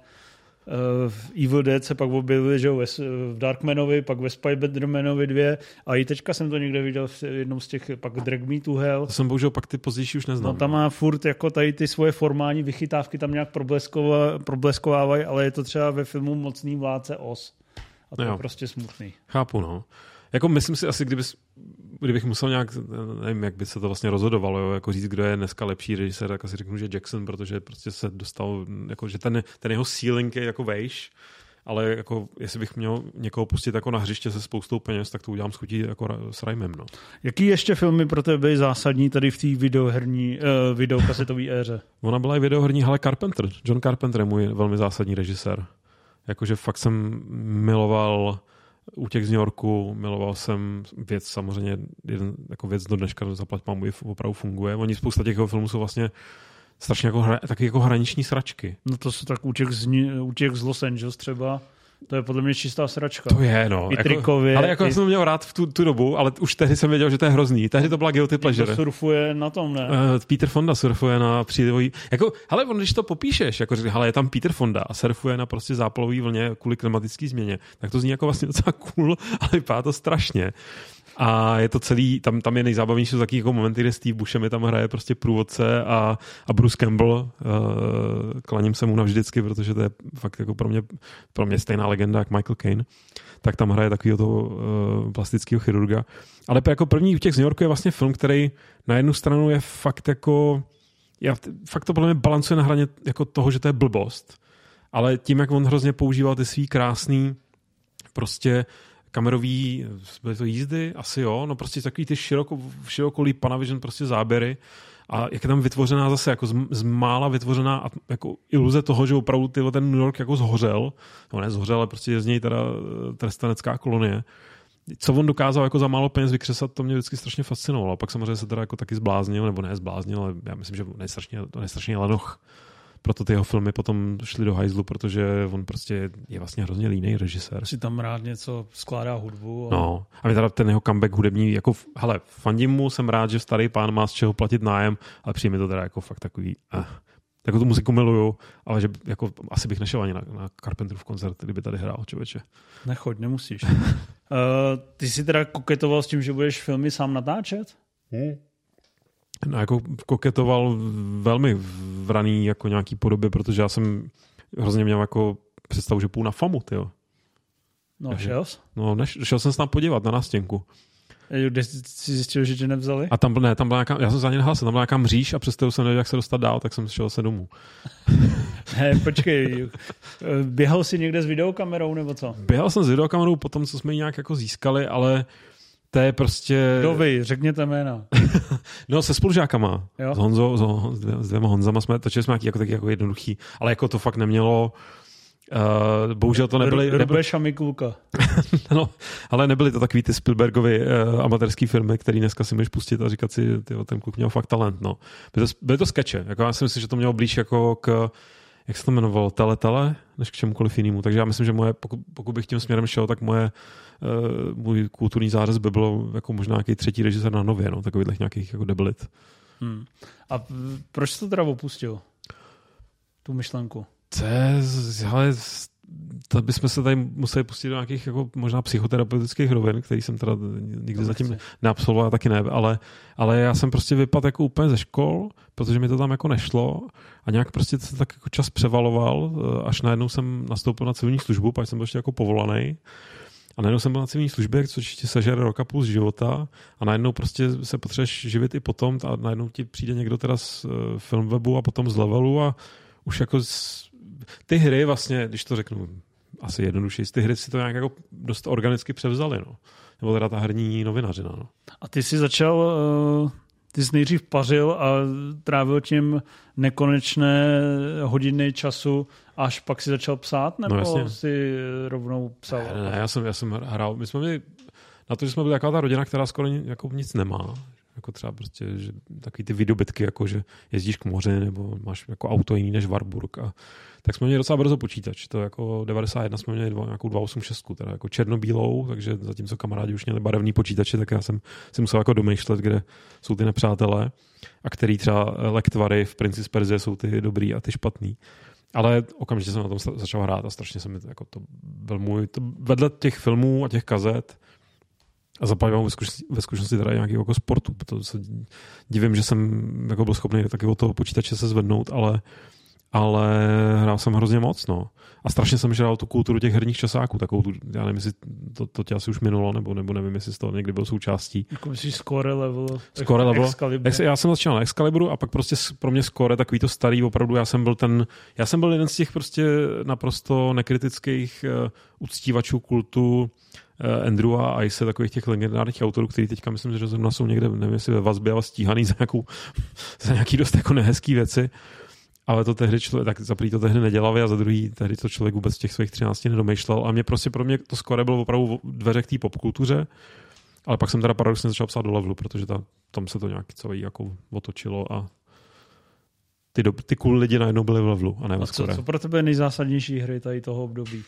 Speaker 1: v Evil Dead se pak objevili, že v Darkmanovi, pak ve Spider-Manovi 2 a i teďka jsem to někde viděl v jednom z těch, pak Drag Me to Hell.
Speaker 2: To jsem bohužel pak ty pozdější už neznám.
Speaker 1: No tam má furt jako tady ty svoje formální vychytávky tam nějak probleskovávají, ale je to třeba ve filmu Mocný vládce Oz. A to je prostě smutný.
Speaker 2: Chápu, no. Jako myslím si asi, kdybych musel nějak, nevím, jak by se to vlastně rozhodovalo, jo, jako říct, kdo je dneska lepší režisér, tak asi řeknu, že Jackson, protože prostě se dostal, jako, že ten jeho ceiling je jako vejš, ale jako, jestli bych měl někoho pustit jako na hřiště se spoustou peněz, tak to udělám s chutí jako s Raimem, no.
Speaker 1: Jaký ještě filmy pro tebe byly zásadní tady v té videokasetové éře?
Speaker 2: Ona byla i videoherní, ale John Carpenter je můj velmi zásadní režisér. Jakože fakt jsem miloval Útěk z New Yorku, miloval jsem věc, samozřejmě jeden jako věc do dneška, zaplať pámu, opravdu funguje. Oni spousta těch filmů jsou vlastně strašně jako, taky jako hraniční sračky.
Speaker 1: No to jsou tak Útěk z Los Angeles třeba. To je podle mě čistá sračka.
Speaker 2: To je, no.
Speaker 1: I trikově.
Speaker 2: Ale jako já jsem to měl rád v tu dobu, ale už tehdy jsem věděl, že to je hrozný. Tehdy to byla guilty pleasure.
Speaker 1: To surfuje na tom, ne?
Speaker 2: Peter Fonda surfuje na přílivový... Jako, hele, když to popíšeš, jako říct, hele, je tam Peter Fonda a surfuje na prostě zápalový vlně kvůli klimatické změně, tak to zní jako vlastně docela cool, ale vypadá to strašně. A je to celý, tam je nejzábavnější z takových jako momenty, kde Steve Buscemi tam hraje prostě průvodce a Bruce Campbell, klaním se mu navždycky, protože to je fakt jako pro mě stejná legenda jak Michael Caine. tak tam hraje takového toho plastického chirurga. Ale jako první útěk z New Yorku je vlastně film, který na jednu stranu je fakt jako fakt to podle mě balancuje na hraně jako toho, že to je blbost. Ale tím, jak on hrozně používal ty svý krásný prostě kamerový, byly to jízdy? Asi jo, no prostě takový ty širokolý Panavision prostě záběry a jak je tam vytvořená zase jako z mála vytvořená jako iluze toho, že opravdu ten New York jako zhořel, no ne zhořel, ale prostě je z něj teda trestanecká kolonie. Co on dokázal jako za málo peněz vykřesat, to mě vždycky strašně fascinovalo. A pak samozřejmě se teda jako taky zbláznil, nebo ne zbláznil, ale já myslím, že to je strašně lenoch. Proto ty jeho filmy potom šly do hajzlu, protože on prostě je vlastně hrozně línej režisér.
Speaker 1: Si tam rád něco skládá hudbu.
Speaker 2: No, a mě teda ten jeho comeback hudební, jako, hele, fandím mu, jsem rád, že starý pán má z čeho platit nájem, ale přijde to teda jako fakt takový, jako tu muziku miluju, ale že jako asi bych nešel ani na Carpenterův koncert, kdyby tady hrál, člověče.
Speaker 1: Nechoď, nemusíš. Ty jsi teda koketoval s tím, že budeš filmy sám natáčet?
Speaker 2: No, jako koketoval velmi v raný jako nějaký podobě, protože já jsem hrozně měl jako představu, že půjdu na FAMu, tyjo.
Speaker 1: No, šel jsi?
Speaker 2: No, šel jsem se tam podívat na nástěnku.
Speaker 1: Kde jsi zjistil, že tě nevzali?
Speaker 2: A tam byla nějaká, já jsem za ně nehlásil, tam byla nějaká mříž a přesto jsem nevěděl, jak se dostat dál, tak jsem šel se domů.
Speaker 1: Ne, počkej, běhal jsi někde s videokamerou nebo co?
Speaker 2: Běhal jsem s videokamerou po tom, co jsme ji nějak jako získali, ale to je prostě...
Speaker 1: Kdo vy? Řekněte jména.
Speaker 2: No, se spolužákama.
Speaker 1: Jo?
Speaker 2: S dvěma Honzama jsme točili jsme nějaký taky jako jednoduchý, ale jako to fakt nemělo... bohužel to nebyly...
Speaker 1: Rubeš a Mikulka.
Speaker 2: No, ale nebyly to takový ty Spielbergovy amatérský filmy, který dneska si můžeš pustit a říkat si, ten kluk měl fakt talent. No. Byly to skeče. Jako já si myslím, že to mělo blíž jako k... Jak se to jmenovalo? Tele, než k čemukoliv jinému. Takže já myslím, že pokud bych tím směrem šel, tak můj kulturní zářez by bylo jako možná nějaký třetí režisér na Nově, no, takových nějakých jako debilit.
Speaker 1: A proč jsi to teda opustil? Tu myšlenku?
Speaker 2: To bychom se tady museli pustit do nějakých jako možná psychoterapeutických rovin, který jsem teda nikdy zatím neabsolvoval, taky ne, ale já jsem prostě vypadl jako úplně ze škol, protože mi to tam jako nešlo a nějak prostě se tak jako čas převaloval, až najednou jsem nastoupil na civilní službu, pak jsem byl ještě jako povolaný. A najednou jsem byl na civilní službě, což ti sežere roka půl z života a najednou prostě se potřebuješ živit i potom a najednou ti přijde někdo teda z Filmwebu a potom z Levelu a už jako ty hry vlastně, když to řeknu asi jednodušeji, ty hry si to nějak jako dost organicky převzali, no. Nebo teda ta herní novinařina, no.
Speaker 1: A ty jsi začal, ty jsi nejdřív pařil a trávil tím nekonečné hodiny času, až pak si začal psát, nebo si rovnou psal?
Speaker 2: Ne, já jsem hrál, my jsme byli, na to, že jsme byli taková ta rodina, která skoro jako nic nemá, jako třeba prostě, že takový ty výdobytky, jako že jezdíš k moři, nebo máš jako auto jiný než Warburg a tak jsme měli docela brzo počítač. To jako 91 jsme měli nějakou 286, teda jako černobílou, takže zatímco kamarádi už měli barevný počítače, tak já jsem si musel jako domýšlet, kde jsou ty nepřátelé a který třeba lektvary v Princi z Perzie jsou ty dobrý a ty špatný. Ale okamžitě jsem na tom začal hrát a strašně se mi jako to byl můj, vedle těch filmů a těch kazet a zapálím ve zkušenosti teda nějakého jako sportu. To se divím, že jsem jako byl schopný taky od toho počítače se zvednout, ale hrál jsem hrozně moc, no. A strašně jsem žral tu kulturu těch herních časáků, takovou tu, já nevím, jestli to tě asi už minulo, nebo nevím, jestli z toho někdy byl součástí.
Speaker 1: Jako myslíš Score Level?
Speaker 2: Já jsem začal na Excaliburu a pak prostě pro mě Score, takový to starý, opravdu já jsem byl jeden z těch prostě naprosto nekritických uctívačů kultu Andrewa a Ice, takových těch legendárních autorů, který teďka myslím, že zrovna jsou někde, nevím, jestli ve vazbě, ale stíhaný za nějaký dost jako nehezký věci. Ale to tehdy tak za první to tehdy nedělali a za druhý tehdy to člověk vůbec v těch svých 13 nedomýšlel. A pro mě to skoro bylo opravdu dveře k té popkultuře, ale pak jsem teda paradoxně začal psát do Levelu, protože tam se to nějak celý jako otočilo a ty cool lidi najednou byli v Levelu a ne ve Score.
Speaker 1: Co pro tebe je nejzásadnější hry tady toho období?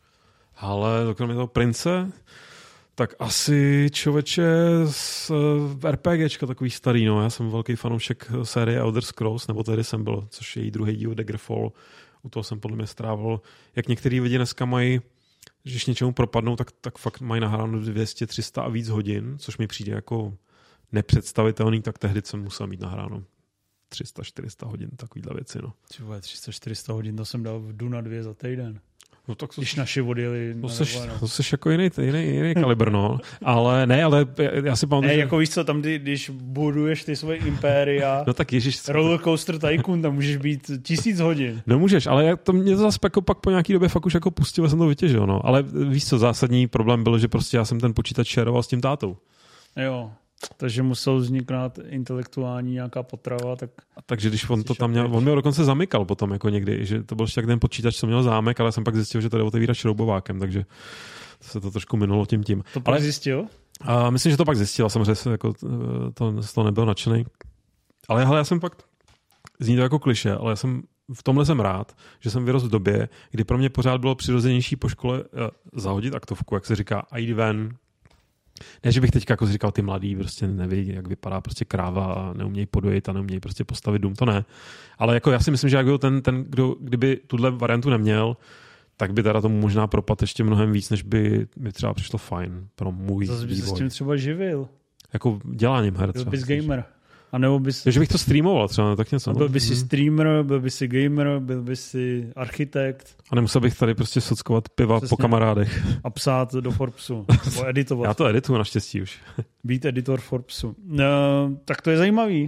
Speaker 2: Ale kromě toho Prince, tak asi člověče z RPGčka takový starý, no. Já jsem velký fanoušek série Elder Scrolls, nebo tehdy jsem byl, což je její druhý díl Daggerfall. U toho jsem podle mě strávil. Jak některý lidi dneska mají, když něčemu propadnou, tak fakt mají nahráno 200, 300 a víc hodin, což mi přijde jako nepředstavitelný, tak tehdy jsem musel mít nahráno 300, 400 hodin, takovýhle věci, no.
Speaker 1: 300, 400 hodin, to jsem dal v Duna 2 za týden.
Speaker 2: No, tak
Speaker 1: když naši odjeli.
Speaker 2: To jsi jako jiný kalibr, no. Ale ne, ale já si pamatuju,
Speaker 1: jako víš co, tam když buduješ ty svoje impéria,
Speaker 2: no tak ježiš,
Speaker 1: Rollercoaster Tycoon, tam můžeš být 1000 hodin.
Speaker 2: No můžeš, ale mě to zase jako pak po nějaký době fakt už jako pustil, jsem to vytěžil, no. Ale víš co, zásadní problém byl, že prostě já jsem ten počítač šeroval s tím tátou.
Speaker 1: Jo. Takže musel vzniknout intelektuální nějaká potrava, tak...
Speaker 2: Takže když on to tam měl, on mě dokonce zamykal potom jako někdy, že to byl ještě jak ten počítač, co měl zámek, ale jsem pak zjistil, že to jde otevírat šroubovákem, takže se to trošku minulo tím.
Speaker 1: To pak zjistil?
Speaker 2: Myslím, že to pak zjistil, samozřejmě jako to nebyl nadšený. Ale hele, já jsem pak, zní to jako klišé, ale v tomhle jsem rád, že jsem vyrostl v době, kdy pro mě pořád bylo přirozenější po škole zahodit aktovku, jak se říká, a jít ven. Ne, že bych teď jako říkal, ty mladí prostě neví, jak vypadá prostě kráva a neumějí podojit a neumějí prostě postavit dům, to ne. Ale jako já si myslím, že jak byl ten kdo kdyby tuhle variantu neměl, tak by teda tomu možná propad ještě mnohem víc, než by mi třeba přišlo fajn pro můj
Speaker 1: vývoj. Zase by se s tím třeba živil.
Speaker 2: Jako děláním her.
Speaker 1: Byl bys gamer. A nebo bys...
Speaker 2: Takže bych to streamoval třeba, tak něco.
Speaker 1: Byl by si streamer, byl by si gamer, byl by si architekt.
Speaker 2: A nemusel bych tady prostě sockovat piva po kamarádech.
Speaker 1: A psát do Forbesu. Nebo editovat.
Speaker 2: Já to edituju naštěstí už.
Speaker 1: Být editor Forbesu. Tak to je zajímavý.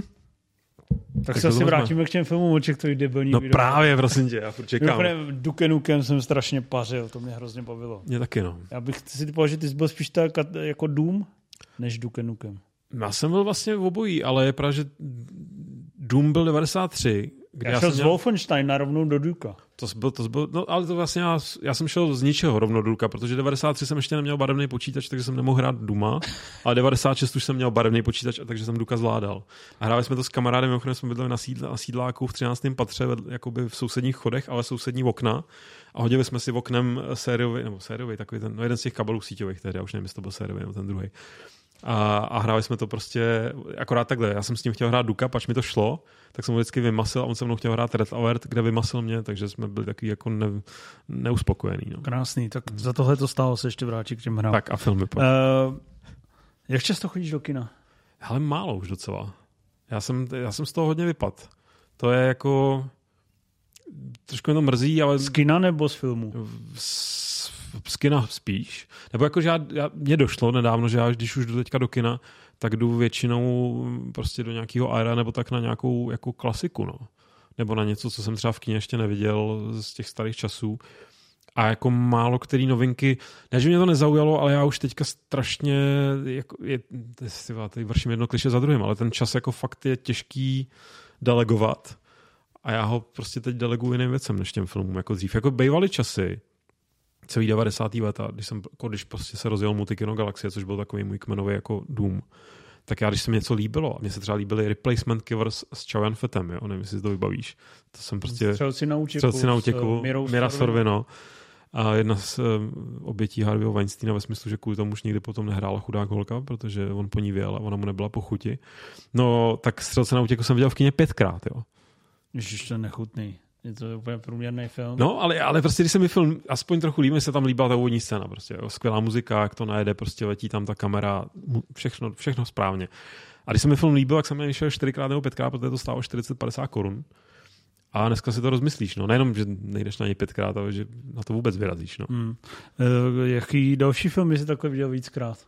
Speaker 1: Tak se asi vrátíme k těm filmům, oček to debilní
Speaker 2: video.
Speaker 1: No
Speaker 2: právě, prosím tě, já furt čekám.
Speaker 1: Duke Nukem jsem strašně pařil, to mě hrozně bavilo.
Speaker 2: Mě taky, no.
Speaker 1: Já bych si typoval, že ty jsi byl spíš tak jako Doom, než Duke Nukem.
Speaker 2: Já jsem byl vlastně v obojí, ale je pravda, že Doom byl 93.
Speaker 1: Já šel z Wolfensteina rovnou do Duka.
Speaker 2: To byl, no ale to vlastně já jsem šel z ničeho rovnou do Duka, protože 93 jsem ještě neměl barevný počítač, takže jsem nemohl hrát Duma, ale 96 už jsem měl barevný počítač, takže jsem Duka zvládal. A hráli jsme to s kamarádem, mimochodem jsme bydleli na sídláku v 13. patře, jakoby v sousedních chodech, ale sousední okna. A hodili jsme si v oknem sériový, takový ten, jeden z těch kabelů síťových, tehdy, já už nevím, jestli to byl sériový, nebo ten druhý. A hráli jsme to prostě akorát takhle. Já jsem s ním chtěl hrát Duka, pač mi to šlo, tak jsem ho vždycky vymasil a on se mnou chtěl hrát Red Alert, kde vymasil mě, takže jsme byli takový jako neuspokojení. No.
Speaker 1: Krásný, tak za tohle to stálo se ještě vrátit k těm hrám.
Speaker 2: Tak a filmy.
Speaker 1: Jak často chodíš do kina?
Speaker 2: Hele, málo už docela. Já jsem z toho hodně vypad. To je jako trošku jenom mrzí, ale...
Speaker 1: Z kina nebo z filmu?
Speaker 2: Z kina spíš. Nebo jakože mně došlo nedávno, že já když už jdu teďka do kina, tak jdu většinou prostě do nějakého aera nebo tak na nějakou jako klasiku, no. Nebo na něco, co jsem třeba v kině ještě neviděl z těch starých časů. A jako málo který novinky, ne, že mě to nezaujalo, ale já už teďka strašně, jako tady vrším jedno klišé za druhým, ale ten čas jako fakt je těžký delegovat. A já ho prostě teď deleguji jiným věcem než těm filmům, jako dřív. Jako bejvaly časy, celý 90. leta, když prostě se rozjel Multikino Galaxie, což byl takový můj kmenový jako dům, tak já, když se mi něco líbilo, a mně se třeba líbily Replacement Killers s Chow Fattem, jo, nevím, jestli si to vybavíš. To jsem prostě...
Speaker 1: Střelci na útěku
Speaker 2: Mira Sorvino. A jedna z obětí Harveyho Weinsteina ve smyslu, že kvůli tomu už nikdy potom nehrála chudák holka, protože on po ní věl a ona mu nebyla po chuti. No, tak Střelce na útěku jsem viděl v kině 5krát, jo.
Speaker 1: Ježiš, to je nechutný. Je to úplně průměrný film.
Speaker 2: No, ale prostě, když se mi film aspoň trochu líbí, se tam líbila ta úvodní scéna. Prostě, jo. Skvělá muzika, jak to najede, prostě letí tam ta kamera, všechno správně. A když se mi film líbil, tak jsem měl 4krát nebo 5krát, protože to stálo 40-50 korun. A dneska si to rozmyslíš. No. Nejenom, že nejdeš na něj 5krát, ale že na to vůbec vyrazíš. No.
Speaker 1: Jaký další film jsi takhle viděl víckrát?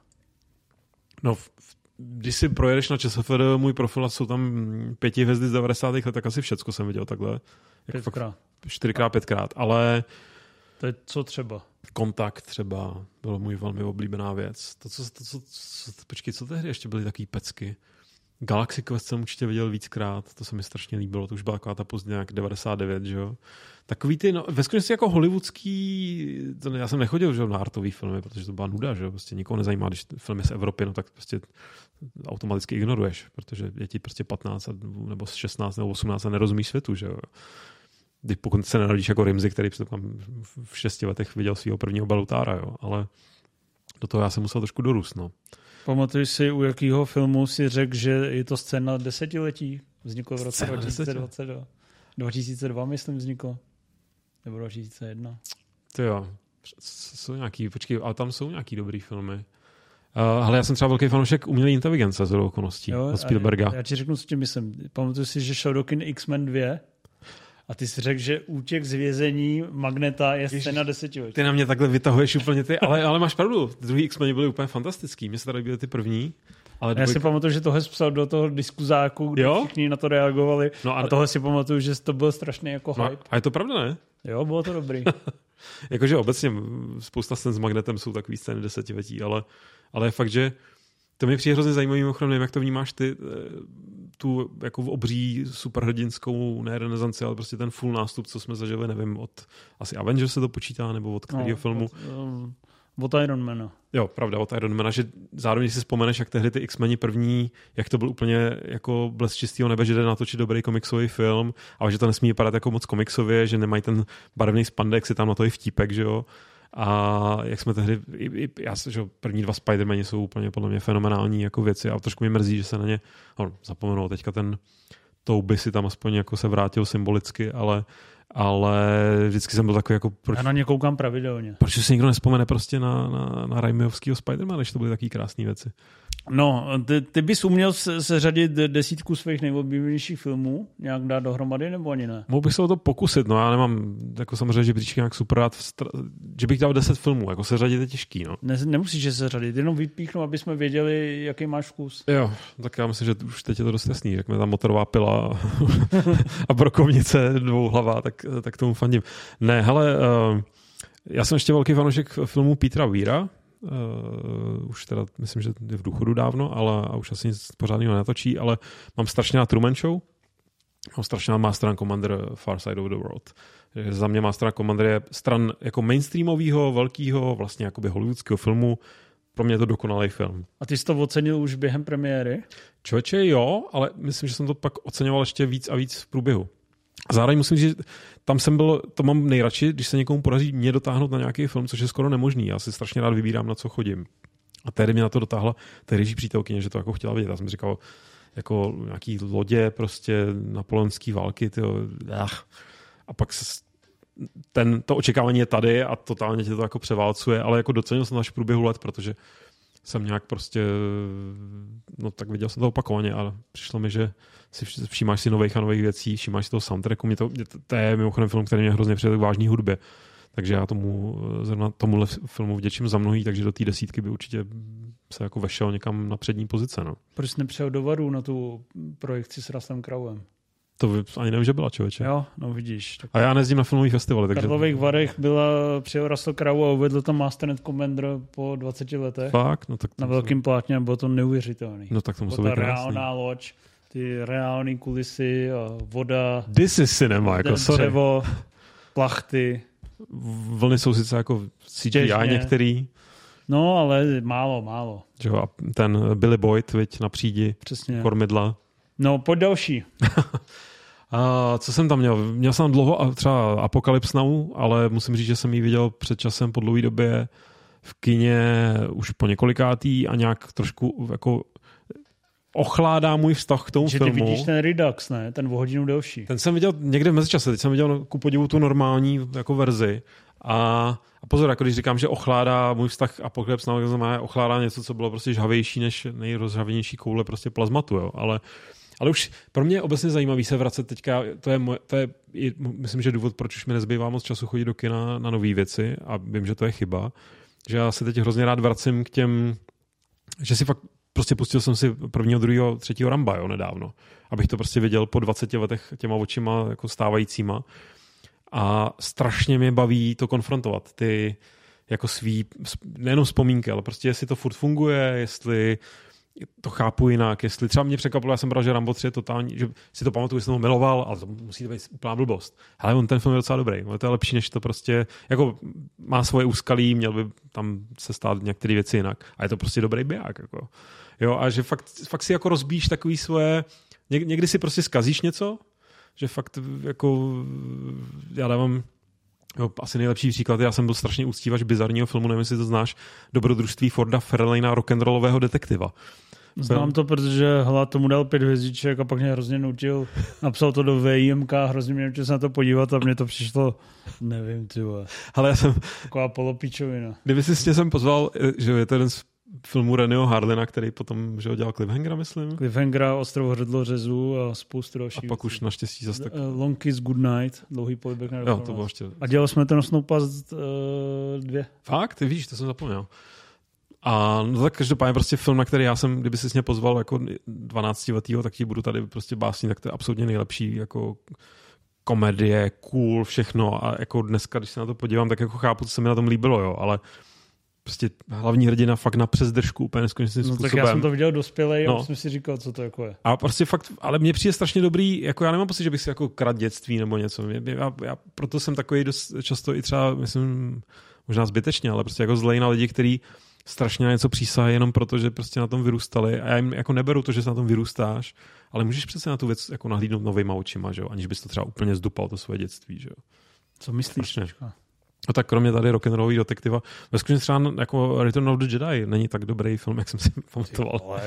Speaker 2: No, když si projedeš na ČSFD můj profil a jsou tam 5 hvězdy z 90. let, tak asi všecko jsem viděl takhle.
Speaker 1: 5krát.
Speaker 2: 4krát, 5krát, ale...
Speaker 1: To je co třeba?
Speaker 2: Kontakt třeba byl můj velmi oblíbená věc. Počkej, co tehdy ještě byly takový pecky? Galaxy Quest jsem určitě viděl víckrát, to se mi strašně líbilo, to už byla taková ta pozdě nějak 99, že jo. Takový ty, no, ve skutečnosti jako hollywoodský, já jsem nechodil, že jo, na artový filmy, protože to byla nuda, že jo, prostě nikoho nezajímá, když film je z Evropy, no tak prostě automaticky ignoruješ, protože je ti prostě 15 nebo 16 nebo 18 a nerozumíš světu, že jo. Pokud se nenarodíš jako Rimzi, který v 6 letech viděl svého prvního Balutára, jo, ale do toho já jsem musel trošku dorůst, no.
Speaker 1: Pamatuješ si, u jakého filmu si řekl, že je to scéna desetiletí? Vzniklo v roce 2022. 2002, myslím, vzniklo. Nebo 2001.
Speaker 2: To jo. Jsou nějaký, počkej, ale tam jsou nějaký dobrý filmy. Ale já jsem třeba velký fanoušek umělé inteligence z okolností od Spielberga.
Speaker 1: Já ti řeknu, co tím myslím. Pamatuju si, že šel do kin X-Men 2? A ty si řekl, že útěk z vězení Magneta je scéna desetiletí.
Speaker 2: Ty na mě takhle vytahuješ úplně ale máš pravdu. Druhý X-meni byly úplně fantastický. Mně se tady byly ty první. Ale
Speaker 1: já si pamatuju, že tohle psal do toho diskuzáku, kde všichni na to reagovali. No a tohle si pamatuju, že to byl strašný jako hype.
Speaker 2: A je to pravda, ne?
Speaker 1: Jo, bylo to dobrý.
Speaker 2: Jakože obecně spousta scén s Magnetem jsou takový scény desetiletí, ale je fakt, že to mi přijde hrozně zajímavý, mimochodem, nevím, jak to vnímáš ty, tu jako obří superhrdinskou, ne renesanci, ale prostě ten full nástup, co jsme zažili, nevím, od asi Avengers se to počítá, nebo od kterého filmu?
Speaker 1: Od Ironmana.
Speaker 2: Jo, pravda, od Ironmana, že zároveň si vzpomeneš, jak tehdy ty X-meni první, jak to byl úplně jako blesk čistého nebe, že jde natočit dobrý komiksový film, ale že to nesmí vypadat jako moc komiksově, že nemají ten barevný spandex, je tam na to i vtípek, že jo. A jak jsme tehdy, že první 2 Spider-mani jsou úplně podle mě fenomenální jako věci a trošku mi mrzí, že se na ně zapomenou. Teďka ten Tobey si tam aspoň jako se vrátil symbolicky, ale vždycky jsem byl takový jako...
Speaker 1: Já na ně koukám pravidelně.
Speaker 2: Proč si nikdo nespomene prostě na Raimiovského Spider-mana, že to byly takový krásné věci?
Speaker 1: No, ty bys uměl seřadit 10 svých nejoblíbenějších filmů, nějak dát dohromady, nebo ani ne?
Speaker 2: Mohl bych se o to pokusit, no já nemám jako samozřejmě žebříčky nějak super rád, že bych dal 10 filmů, jako seřadit je těžký, no.
Speaker 1: Nemusíš je seřadit, jenom vypíchnu, aby jsme věděli, jaký máš vkus.
Speaker 2: Jo, tak já myslím, že už teď je to dost jasný, jak mi tam motorová pila a brokovnice dvouhlavá, tak tomu fandím. Ne, hele, já jsem ještě velký fanoušek filmu Petera Weira, už teda myslím, že je v důchodu dávno, ale už asi nic pořádného netočí, ale mám strašně na Truman Show, mám strašně na Master and Commander Far Side of the World. Za mě Master and Commander je stran jako mainstreamového, velkého, vlastně jakoby hollywoodského filmu, pro mě je to dokonalý film.
Speaker 1: A ty jsi to ocenil už během premiéry?
Speaker 2: Člověče jo, ale myslím, že jsem to pak oceňoval ještě víc a víc v průběhu. A zároveň musím říct, že tam jsem byl, to mám nejradši, když se někomu podaří mě dotáhnout na nějaký film, což je skoro nemožný. Já si strašně rád vybírám, na co chodím. A tehdy mě na to dotáhla tehdejší přítelkyně, že to jako chtěla vidět. Já jsem říkal, jako nějaký lodě, prostě napoleonský války, tyjo. A pak to očekávání je tady a totálně tě to jako převálcuje, ale jako docenil jsem to až v průběhu let, protože jsem nějak prostě, no tak viděl jsem to opakovaně, ale přišlo mi, že si všímáš si nových a nových věcí, všímáš si toho soundtracku, to je mimochodem film, který mě hrozně přijde k vážný hudbě, takže já tomuhle filmu vděčím za mnohý, takže do té 10 by určitě se jako vešel někam na přední pozice. No.
Speaker 1: Proč jsi nepřijel do Varu na tu projekci s Russellem Crowem?
Speaker 2: To ani nevím, že byla, člověče.
Speaker 1: Jo, no vidíš. Tak...
Speaker 2: A já nezdím na filmový festivaly. Takže... V
Speaker 1: Karlových Varech přijel Russell Crowe a uvedl tam Master and Commander po 20 letech.
Speaker 2: Fakt? No, tak
Speaker 1: na velkým plátně bylo to neuvěřitelný.
Speaker 2: No tak to muselo být krásný.
Speaker 1: Reálná loď, ty reální kulisy, voda.
Speaker 2: This is cinema, jako sorry.
Speaker 1: Dřevo, plachty.
Speaker 2: Vlny jsou sice jako CGI některý.
Speaker 1: No, ale málo.
Speaker 2: A ten Billy Boyd, viď, na přídi.
Speaker 1: Přesně.
Speaker 2: Kormidla.
Speaker 1: No, pojď další.
Speaker 2: A co jsem tam měl? Měl jsem dlouho třeba Apocalypse Now, ale musím říct, že jsem ji viděl před časem po dlouhé době v kině už po několikátý a nějak trošku jako ochládá můj vztah k tomu filmu.
Speaker 1: Že ty vidíš ten Redux, ne? Ten o hodinu delší.
Speaker 2: Ten jsem viděl někde v mezičase, teď jsem viděl ku podivu tu normální jako verzi. A pozor, jako když říkám, že ochládá můj vztah Apocalypse Now, znamená ochládá něco, co bylo prostě žhavější než nejrozhavěnější koule prostě plazmatu, jo. Ale už pro mě je obecně zajímavý se vracet teďka, to je myslím, že důvod, proč už mi nezbývá moc času chodit do kina na nové věci a vím, že to je chyba, že já se teď hrozně rád vracím k těm, že si fakt prostě pustil jsem si 1., 2., 3. Ramba, jo, nedávno, abych to prostě viděl po 20 letech těma očima jako stávajícíma a strašně mě baví to konfrontovat, ty jako svý, nejenom vzpomínky, ale prostě jestli to furt funguje, jestli to chápu jinak, jestli třeba mě překvapilo, já jsem bral, že Rambo 3 je totální, že si to pamatuju, že jsem ho miloval, ale to musí být úplná blbost. Ale on ten film je docela dobrý, to je lepší, než to prostě, jako má svoje úskalí, měl by tam se stát některé věci jinak. A je to prostě dobrý biják, jako. Jo, a že fakt si jako rozbíjíš takový svoje, někdy si prostě zkazíš něco, že fakt jako, já dávám asi nejlepší příklad, já jsem byl strašně úctívač bizarního filmu, nevím, jestli to znáš, Dobrodružství Forda Fairlana rock'n'rollového detektiva.
Speaker 1: Znám to, protože Hlad tomu dal 5 hvězdiček a pak mě hrozně nutil, napsal to do VIMK, hrozně mě nutil se na to podívat a mně to přišlo, nevím, tyhle.
Speaker 2: Ale já jsem...
Speaker 1: Taková polopíčovina.
Speaker 2: Kdyby si jsem pozval, že je to jeden z filmu Rennieho Harlina, který potom že ho dělal Cliffhangera, myslím.
Speaker 1: Cliffhangera, Ostrov hrdlořezu a spoustu dalších.
Speaker 2: A pak už naštěstí zase tak...
Speaker 1: Long Kiss Goodnight, dlouhý polibek na
Speaker 2: Jo, to bylo ještě...
Speaker 1: A dělal jsme ten Snowpass 2.
Speaker 2: Fakt? Ty víš, to jsem zapomněl. A no tak každopádně prostě film, na který já jsem, kdyby jsi mě pozval jako 12letýho, tak ti budu tady prostě básnit, tak to je absolutně nejlepší jako komedie, cool, všechno a jako dneska, když se na to podívám, tak jako chápu, co se mi na tom líbilo, jo, ale prostě hlavní hrdina fakt na přezdržku úplně neskonečným způsobem.
Speaker 1: Tak já jsem to viděl dospělej a jsem si říkal, co to jako je.
Speaker 2: A prostě fakt, ale mně přijde strašně dobrý, jako já nemám pocit, že bych si jako kradl dětství nebo něco. Já proto jsem takový dost často i třeba, myslím, možná zbytečně, ale prostě jako zlej na lidi, kteří strašně na něco přísahají jenom proto, že prostě na tom vyrůstali a já jim jako neberu to, že se na tom vyrůstáš, ale můžeš přece na tu věc jako nahlídnout novýma očima, že jo, aniž bys to třeba úplně zdupal to svoje dětství, že jo.
Speaker 1: Co myslíš?
Speaker 2: No tak kromě tady rock'n'rollový detektiva, ve skutečnosti třeba jako Return of the Jedi není tak dobrý film, jak jsem si pamatoval.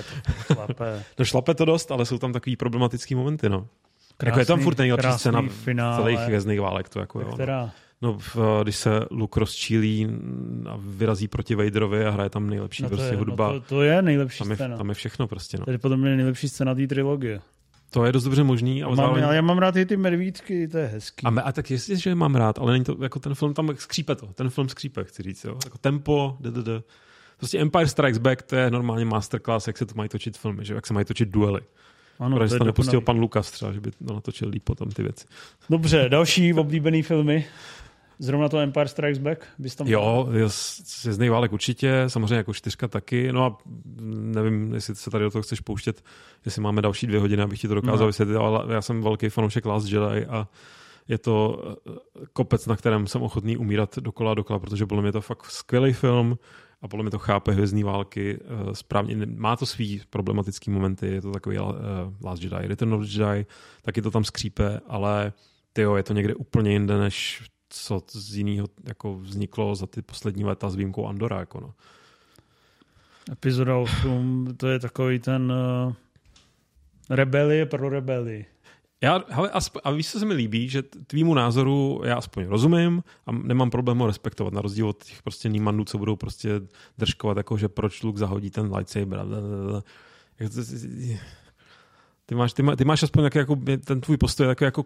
Speaker 2: To šlape to dost, ale jsou tam takový problematický momenty, no.
Speaker 1: Krásný,
Speaker 2: jako je tam furt nejlepší scéna
Speaker 1: finále,
Speaker 2: celých Hvězdných válek, to jako jo.
Speaker 1: Která?
Speaker 2: No, když se Luke rozčílí a vyrazí proti Vaderovi a hraje tam nejlepší prostě hudba.
Speaker 1: No to je nejlepší scéna.
Speaker 2: Tam je všechno prostě, no.
Speaker 1: To je potom nejlepší scéna té trilogie.
Speaker 2: To je dost dobře možný.
Speaker 1: Ale já mám rád i ty medvídky, to je hezký.
Speaker 2: A tak jestli, že mám rád, ale není to, jako ten film tam skřípe to. Ten film skřípe, chci říct, jo. Jako tempo, Prostě Empire Strikes Back, to je normálně masterclass, jak se to mají točit filmy, že jak se mají točit duely. Ano, protože to nepustil pan Lucas třeba, že by to natočil líp potom ty věci.
Speaker 1: Dobře, další oblíbený filmy. Zrovna to Empire Strikes Back?
Speaker 2: Jo, z Hvězdných válek určitě, samozřejmě jako 4 taky. No a nevím, jestli se tady do toho chceš pouštět, jestli máme další 2 hodiny, abych ti to dokázal vysvětlit, ale já jsem velký fanoušek Last Jedi a je to kopec, na kterém jsem ochotný umírat dokola, protože podle mě to fakt skvělý film a podle mě to chápe Hvězdný války správně. Má to svý problematický momenty, je to takový Last Jedi, Return of the Jedi, taky to tam skřípe, ale je to někde úplně jinde, než co z jiného jako vzniklo za ty poslední léta s výjimkou Andora. Jako no.
Speaker 1: Epizoda 8, to je takový ten rebelie pro rebelii.
Speaker 2: A víš, co se mi líbí, že tvýmu názoru já aspoň rozumím a nemám problém ho respektovat, na rozdíl od těch prostě nímandů, co budou prostě držkovat, jako že proč Luke zahodí ten lightsaber. Ty máš aspoň takový, jako, ten tvůj postoj takový jako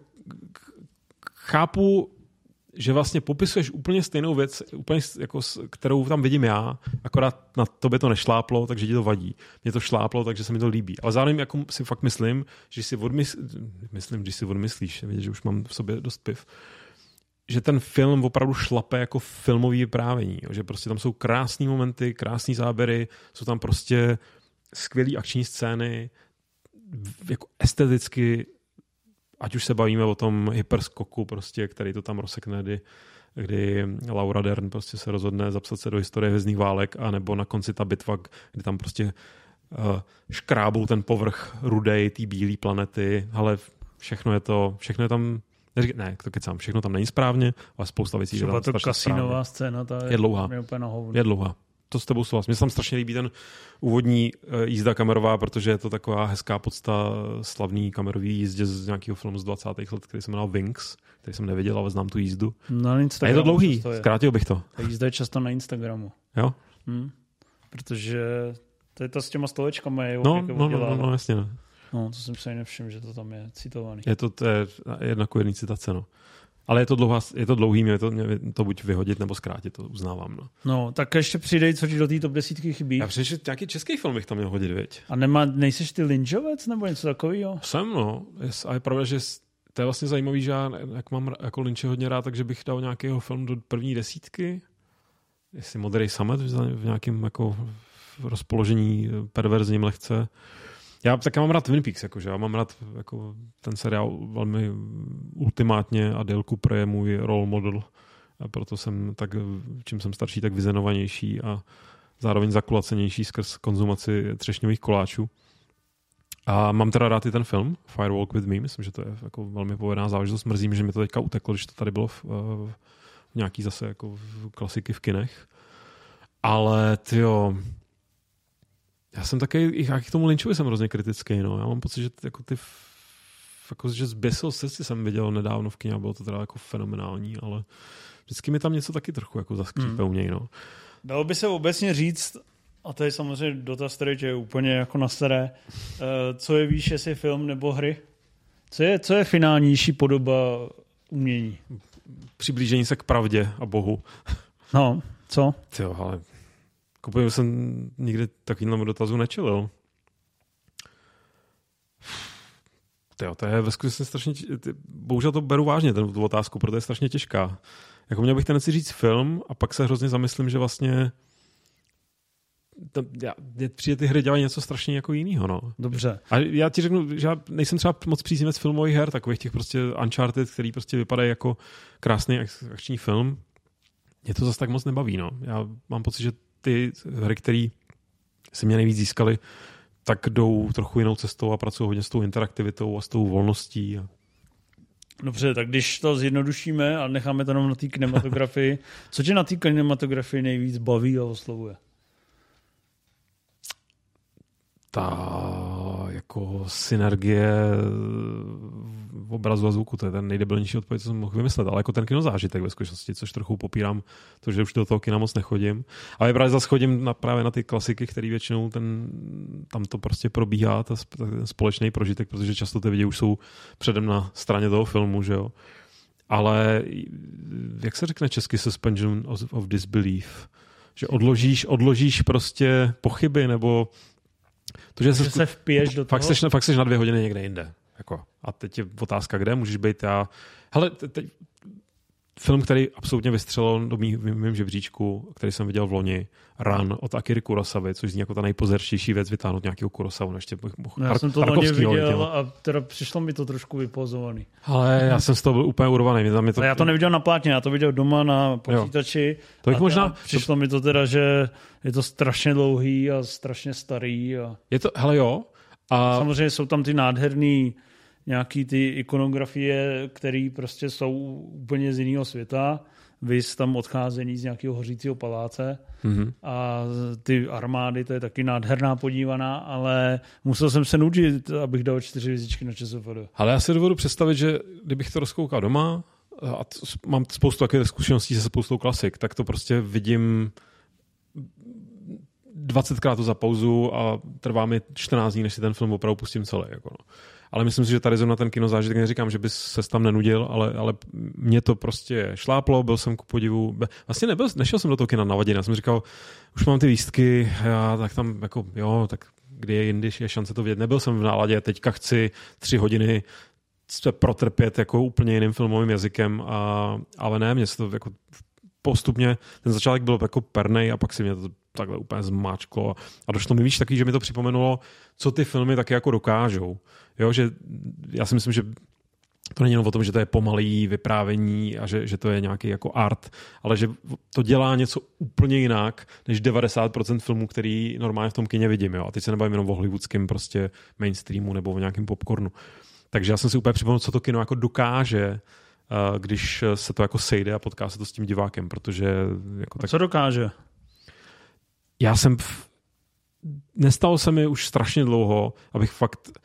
Speaker 2: chápu, že vlastně popisuješ úplně stejnou věc, úplně jako, kterou tam vidím já, akorát na tobě to nešláplo, takže ti to vadí. Mně to šláplo, takže se mi to líbí. Ale zároveň jako si fakt myslím, že si odmyslíš, vidíš, že už mám v sobě dost piv, že ten film opravdu šlape jako filmový vyprávění. Že prostě tam jsou krásný momenty, krásný záběry, jsou tam prostě skvělý akční scény, jako esteticky, ať už se bavíme o tom hyperskoku, prostě, který to tam rozsekne, kdy Laura Dern prostě se rozhodne zapsat se do historie Hvězdných válek, anebo na konci ta bitva, kdy tam prostě škrábou ten povrch rudej, té bílé planety, ale všechno je tam, ne, to kecám, všechno tam není správně, ale spousta věcí je tam strašně správně.
Speaker 1: Kasinová scéna, ta
Speaker 2: je dlouhá. Je dlouhá. To s tebou souhlasím. Mně se tam strašně líbí ten úvodní jízda kamerová, protože je to taková hezká podsta slavný kamerový jízdě z nějakého filmu z 20. let, který se jmenoval Wings, který jsem neviděl, ale znám tu jízdu.
Speaker 1: Na Instagramu.
Speaker 2: A je to dlouhý, zkrátil bych to.
Speaker 1: Ta jízda je často na Instagramu.
Speaker 2: Jo?
Speaker 1: Protože to je to s těma stolečkama.
Speaker 2: No, jasně.
Speaker 1: No, to jsem se nevšiml, že to tam je citovaný.
Speaker 2: To je jedna ku jedný citace, no. Ale je to dlouhý, mě to buď vyhodit, nebo zkrátit, to uznávám. No,
Speaker 1: tak ještě přidej, co ti do té top 10 chybí.
Speaker 2: Já přijde, že nějaký český film bych tam měl hodit, viď?
Speaker 1: A nejseš ty Lynčovec, nebo něco takového?
Speaker 2: Jsem, no. A je pravda, že to je vlastně zajímavý, že já jak mám jako Lynče hodně rád, takže bych dal nějakého film do první 10. Jestli Modrý samet v nějakém jako rozpoložení perverzním lehce. Já mám rád Twin Peaks, jakože já mám rád jako ten seriál velmi ultimátně a Dale Cooper je můj role model a proto jsem tak, čím jsem starší, tak vyzenovanější a zároveň zakulacenější skrz konzumaci třešňových koláčů. A mám teda rád i ten film Firewalk with Me, myslím, že to je jako velmi povedená záležitost. Mrzí mi, že mi to teďka uteklo, když to tady bylo v nějaký zase jako klasiky v kinech. Ale já jsem taky, jak k tomu Lynchovi jsem hrozně kritický, no. Já mám pocit, že jako že Zběsil srdci jsem viděl nedávno v kině a bylo to teda jako fenomenální, ale vždycky mi tam něco taky trochu jako zaskřípe u něj, no.
Speaker 1: Dalo by se obecně říct, A to je samozřejmě dotaz, který je úplně jako na staré. Co je výš, jestli film nebo hry? Co je finálnější podoba umění?
Speaker 2: Přiblížení se k pravdě a Bohu.
Speaker 1: No, co?
Speaker 2: Jo, ale kupuju jsem nikdy takovýmhle dotazu nečelil. To je ve skutečnosti strašně... Bohužel to beru vážně, tu otázku, protože je strašně těžká. Jako měl bych tendenci říct film a pak se hrozně zamyslím, že vlastně přijde ty hry dělají něco strašně jako jinýho. No.
Speaker 1: Dobře.
Speaker 2: A já ti řeknu, že já nejsem třeba moc příznivec filmových her, takových těch prostě Uncharted, který prostě vypadají jako krásný akční film. Mě to zase tak moc nebaví. No. Já mám pocit, že ty hry, které se mě nejvíc získaly, tak jdou trochu jinou cestou a pracují hodně s tou interaktivitou a s tou volností.
Speaker 1: Dobře, tak když to zjednodušíme a necháme to jenom na té kinematografii, co tě na té kinematografii nejvíc baví a oslovuje?
Speaker 2: Ta jako synergie v obrazu a zvuku, to je ten nejdebilnější odpověď, co jsem mohl vymyslet, ale jako ten kinozážitek ve skutečnosti, což trochu popírám to, že už do toho kina moc nechodím. Ale právě zase chodím právě na ty klasiky, které většinou tam to prostě probíhá, ten společný prožitek, protože často ty lidi už jsou předem na straně toho filmu, že jo. Ale jak se řekne česky suspension of disbelief? Že odložíš prostě pochyby, nebo to, že
Speaker 1: se vpiješ do toho?
Speaker 2: Fakt seš na 2 hodiny někde jinde. Jako. A teď je otázka, kde můžeš být já. Hele, film, který absolutně vystřelil do mým žebříčku, který jsem viděl v loni, Run od Akiry Kurosavy, což zní jako ta nejpozerštější věc vytáhnout nějakého Kurosavu.
Speaker 1: Já jsem to loni viděl a teda přišlo mi to trošku vypozovaný.
Speaker 2: Ale já jsem z toho byl úplně urvaný.
Speaker 1: Já to neviděl na plátně, já to viděl doma na počítači.
Speaker 2: To možná...
Speaker 1: Přišlo mi to teda, že je to strašně dlouhý a strašně starý. A...
Speaker 2: Je to, hele jo. A...
Speaker 1: Samozřejmě jsou tam ty nádherný nějaký ty ikonografie, které prostě jsou úplně z jiného světa. Vys tam odcházení z nějakého hořícího paláce a ty armády, to je taky nádherná podívaná, ale musel jsem se nudit, abych dal 4 hvězdičky na ČSFD.
Speaker 2: Ale já si dovedu představit, že kdybych to rozkoukal doma a mám spoustu takových zkušeností se spoustou klasik, tak to prostě vidím 20krát to za pauzu a trvá mi 14 dní, než si ten film opravdu pustím celý. Jako no. Ale myslím si, že tady zrovna ten kinozážitek, neříkám, že bys se tam nenudil, ale mě to prostě šláplo, byl jsem ku podivu, vlastně nešel jsem do toho kina navadit, já jsem říkal, už mám ty lístky, tak tam jako, jo, tak kdy je jindy je šance to vidět, nebyl jsem v náladě, teďka chci 3 hodiny se protrpět jako úplně jiným filmovým jazykem, ale ne, mě se to jako postupně, ten začátek byl jako pernej a pak si mě to takhle úplně zmáčklo a došlo mi víš taky, že mi to připomenulo, co ty filmy taky jako dokážou. Jo, že já si myslím, že to není jenom o tom, že to je pomalý vyprávění a že to je nějaký jako art, ale že to dělá něco úplně jinak, než 90% filmů, který normálně v tom kině vidím. Jo? A teď se nebavím jenom o hollywoodském prostě mainstreamu nebo o nějakém popcornu. Takže já jsem si úplně připomenul, co to kino jako dokáže, když se to jako sejde a potká se to s tím divákem, protože... Jako tak...
Speaker 1: Co dokáže?
Speaker 2: Nestalo se mi už strašně dlouho, abych fakt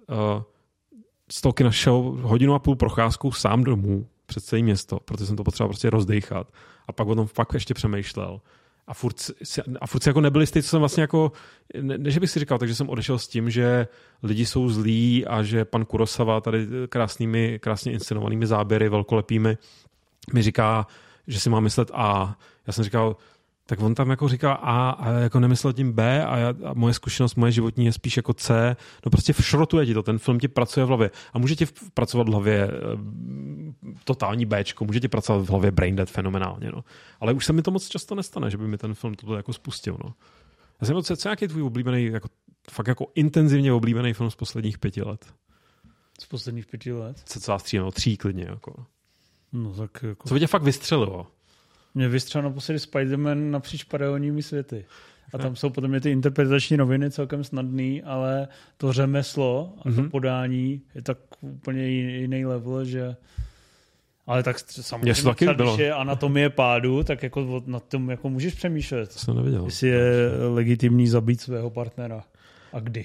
Speaker 2: z toho kina šel 1,5 hodiny procházkou sám domů před celé město, protože jsem to potřeboval prostě rozdejchat a pak o tom fakt ještě přemýšlel. A furt si jako nebyli jistý, co jsem vlastně jako, ne že bych si říkal, takže jsem odešel s tím, že lidi jsou zlí a že pan Kurosawa tady krásně inscenovanými záběry, velkolepými, mi říká, že si mám myslet A. Já jsem říkal, tak on tam jako říká A jako nemyslel tím B a moje zkušenost, moje životní je spíš jako C. No prostě všrotuje ti to, ten film ti pracuje v hlavě. A může ti pracovat v hlavě totální Bčko, může ti pracovat v hlavě braindead fenomenálně. No. Ale už se mi to moc často nestane, že by mi ten film toto jako spustil. No. Já jsem co nějaký tvůj oblíbený, jako, fakt jako intenzivně oblíbený film z posledních 5 let?
Speaker 1: Z posledních 5 let?
Speaker 2: Cca 3 klidně. Jako.
Speaker 1: No, tak jako...
Speaker 2: Co by tě fakt vystřelilo?
Speaker 1: Mě vystřelil naposledy Spider-Man napříč paralelními světy. A tam jsou potom ty interpretační roviny celkem snadný, ale to řemeslo a to podání je tak úplně jiný level, že... Ale tak samozřejmě, když je anatomie pádu, tak jako nad tom jako můžeš přemýšlet.
Speaker 2: To jsem neviděl.
Speaker 1: Jestli je legitimní zabít svého partnera. A kdy?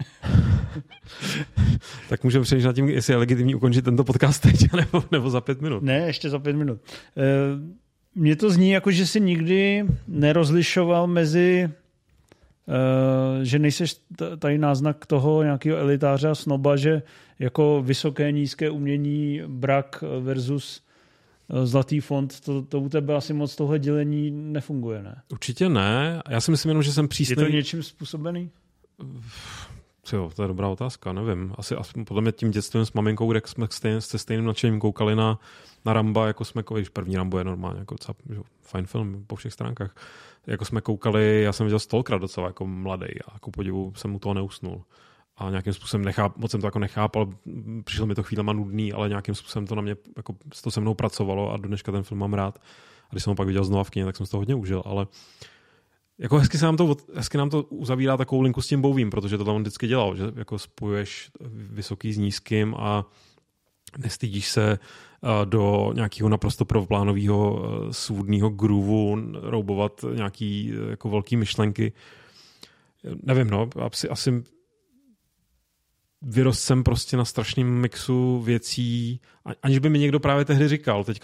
Speaker 2: Tak můžeme přemýšlet nad tím, jestli je legitimní ukončit tento podcast teď, nebo za 5 minut.
Speaker 1: Ne, ještě za 5 minut. Mně to zní jako, že si nikdy nerozlišoval mezi že nejseš tady náznak toho nějakého elitáře a snoba, že jako vysoké, nízké umění, brak versus zlatý fond, to u tebe asi moc tohle dělení nefunguje, ne?
Speaker 2: Určitě ne. Já si myslím jenom, že jsem přísný.
Speaker 1: Je to něčím způsobený?
Speaker 2: Jo, to je dobrá otázka, nevím. Asi podle mě tím dětstvím s maminkou, kde jsme se stejným nadšením koukali na Ramba, jako jsme, když první Rambo je normálně, jako docela fajn film po všech stránkách. Jako jsme koukali, já jsem viděl 100krát docela jako mladý a jako podivu jsem mu toho neusnul. A nějakým způsobem moc jsem to jako nechápal, přišlo mi to chvílema nudný, ale nějakým způsobem to na mě, jako to se mnou pracovalo a do dneška ten film mám rád. A když jsem ho pak viděl znova v kině, tak jsem si to hodně užil, ale jako hezky nám to uzavírá takovou linku s tím Bowiem, protože to tam on vždycky dělal, že jako spojuješ vysoký s nízkým a nestydíš se do nějakého naprosto prvoplánového svůdného groovu roubovat nějaký jako velký myšlenky. Nevím, no, asi vyrost jsem prostě na strašném mixu věcí, aniž by mi někdo právě tehdy říkal, teď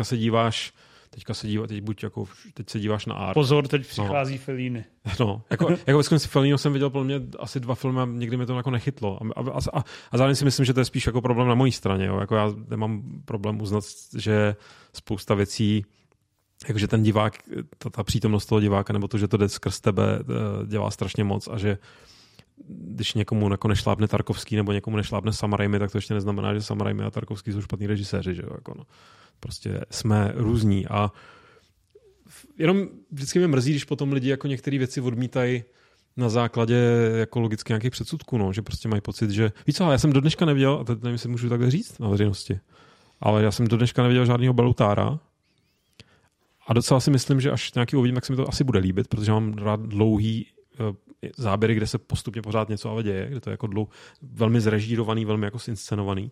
Speaker 2: se díváš na art.
Speaker 1: Pozor, teď přichází Fellini.
Speaker 2: No, jako ve skutečnosti Felliniho jsem viděl podle mě asi 2 filmy a nikdy mi to jako nechytlo. A zároveň si myslím, že to je spíš jako problém na mojí straně. Jo. Jako já nemám problém uznat, že spousta věcí, jakože ten divák, ta přítomnost toho diváka, nebo to, že to jde skrz tebe, dělá strašně moc a že když někomu jako nešlápne Tarkovský nebo někomu nešlápne Sam Raimi, tak to ještě neznamená, že Sam Raimi a Tarkovský jsou špatní režiséři. Že jo. Jako no. Prostě jsme různí a jenom vždycky mě mrzí, když potom lidi jako některé věci odmítají na základě jako logicky nějakých předsudků, no, že prostě mají pocit, že víš co, já jsem do dneška neviděl, a teď nevím, jestli můžu takhle říct na veřejnosti, ale já jsem do dneška neviděl žádného Beloutára a docela si myslím, že až nějaký uvidím, tak se mi to asi bude líbit, protože mám rád dlouhý záběry, kde se postupně pořád něco ale děje, kde to je jako velmi zrežírovaný, velmi jako zinscenovaný.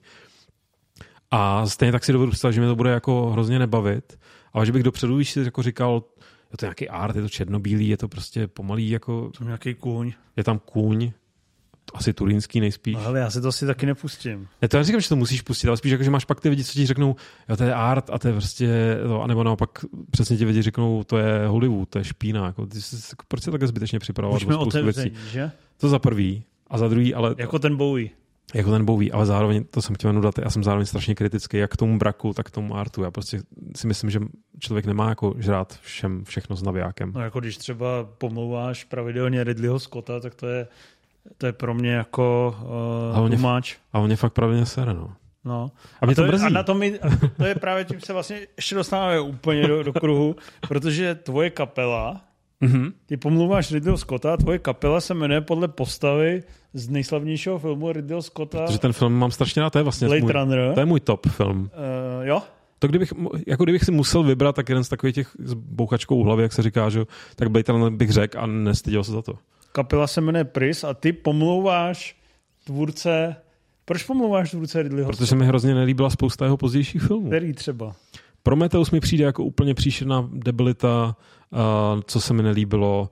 Speaker 2: A stejně tak si dovedu představit, že mě to bude jako hrozně nebavit, ale že bych dopředu víš si jako říkal, je to nějaký art, je to černobílý, je to prostě pomalý jako...
Speaker 1: To nějaký kůň.
Speaker 2: Je tam kůň, asi turínský nejspíš.
Speaker 1: No, ale já si to asi taky nepustím.
Speaker 2: Ne, to já říkám, že to musíš pustit, ale spíš jako, že máš pak ty lidi, co ti řeknou, jo, to je art a to je prostě, no, anebo naopak přesně ti lidi řeknou, to je Hollywood, to je špína. Jako, proč se takhle zbytečně připravovat?
Speaker 1: Můžeme otevření, že?
Speaker 2: To za prvý. A za druhý, ale...
Speaker 1: Jako ten Bowie.
Speaker 2: Jako ten Bowie, ale zároveň, to jsem chtěl dodat, já jsem zároveň strašně kritický jak k tomu braku, tak k tomu artu. Já prostě si myslím, že člověk nemá jako žrát všechno s navijákem.
Speaker 1: No jako když třeba pomlouváš pravidelně Ridleyho Scotta, tak to je pro mě jako umáč.
Speaker 2: A on je fakt pravidelně sere, no.
Speaker 1: No.
Speaker 2: A mě to mrzí.
Speaker 1: A to je právě tím se vlastně ještě dostáváme úplně do kruhu, protože tvoje kapela, ty pomluváš Ridleyho Scotta, tvoje kapela se jmenuje podle postavy z nejslavnějšího filmu Ridleyho Scotta.
Speaker 2: Protože ten film mám strašně rád, to je vlastně
Speaker 1: Runner.
Speaker 2: To je můj top film.
Speaker 1: Jo?
Speaker 2: To kdybych si musel vybrat, tak jeden z takových těch s bouchačkou u hlavy, jak se říká, že tak Blade Runner bych řekl a nestyděl se za to. Kapela
Speaker 1: se jmenuje Pris a ty pomlouváš tvůrce. Proč pomlouváš tvůrce Ridleyho Scotta?
Speaker 2: Protože se mi hrozně nelíbila spousta jeho pozdějších filmů.
Speaker 1: Který třeba?
Speaker 2: Prometheus mi přijde jako úplně příšerná debilita, co se mi nelíbilo.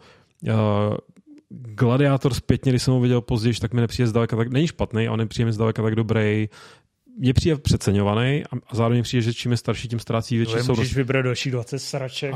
Speaker 2: Gladiátor zpětně, když jsem ho viděl později, tak mi nepřijde zdaleka tak, není špatný, ale nepřijde mi zdaleka tak dobrý. Je přijde přeceňovaný a zároveň přijde, že čím je starší, tím ztrácí větší sourost.
Speaker 1: Můžeš vybrat další 20 sraček.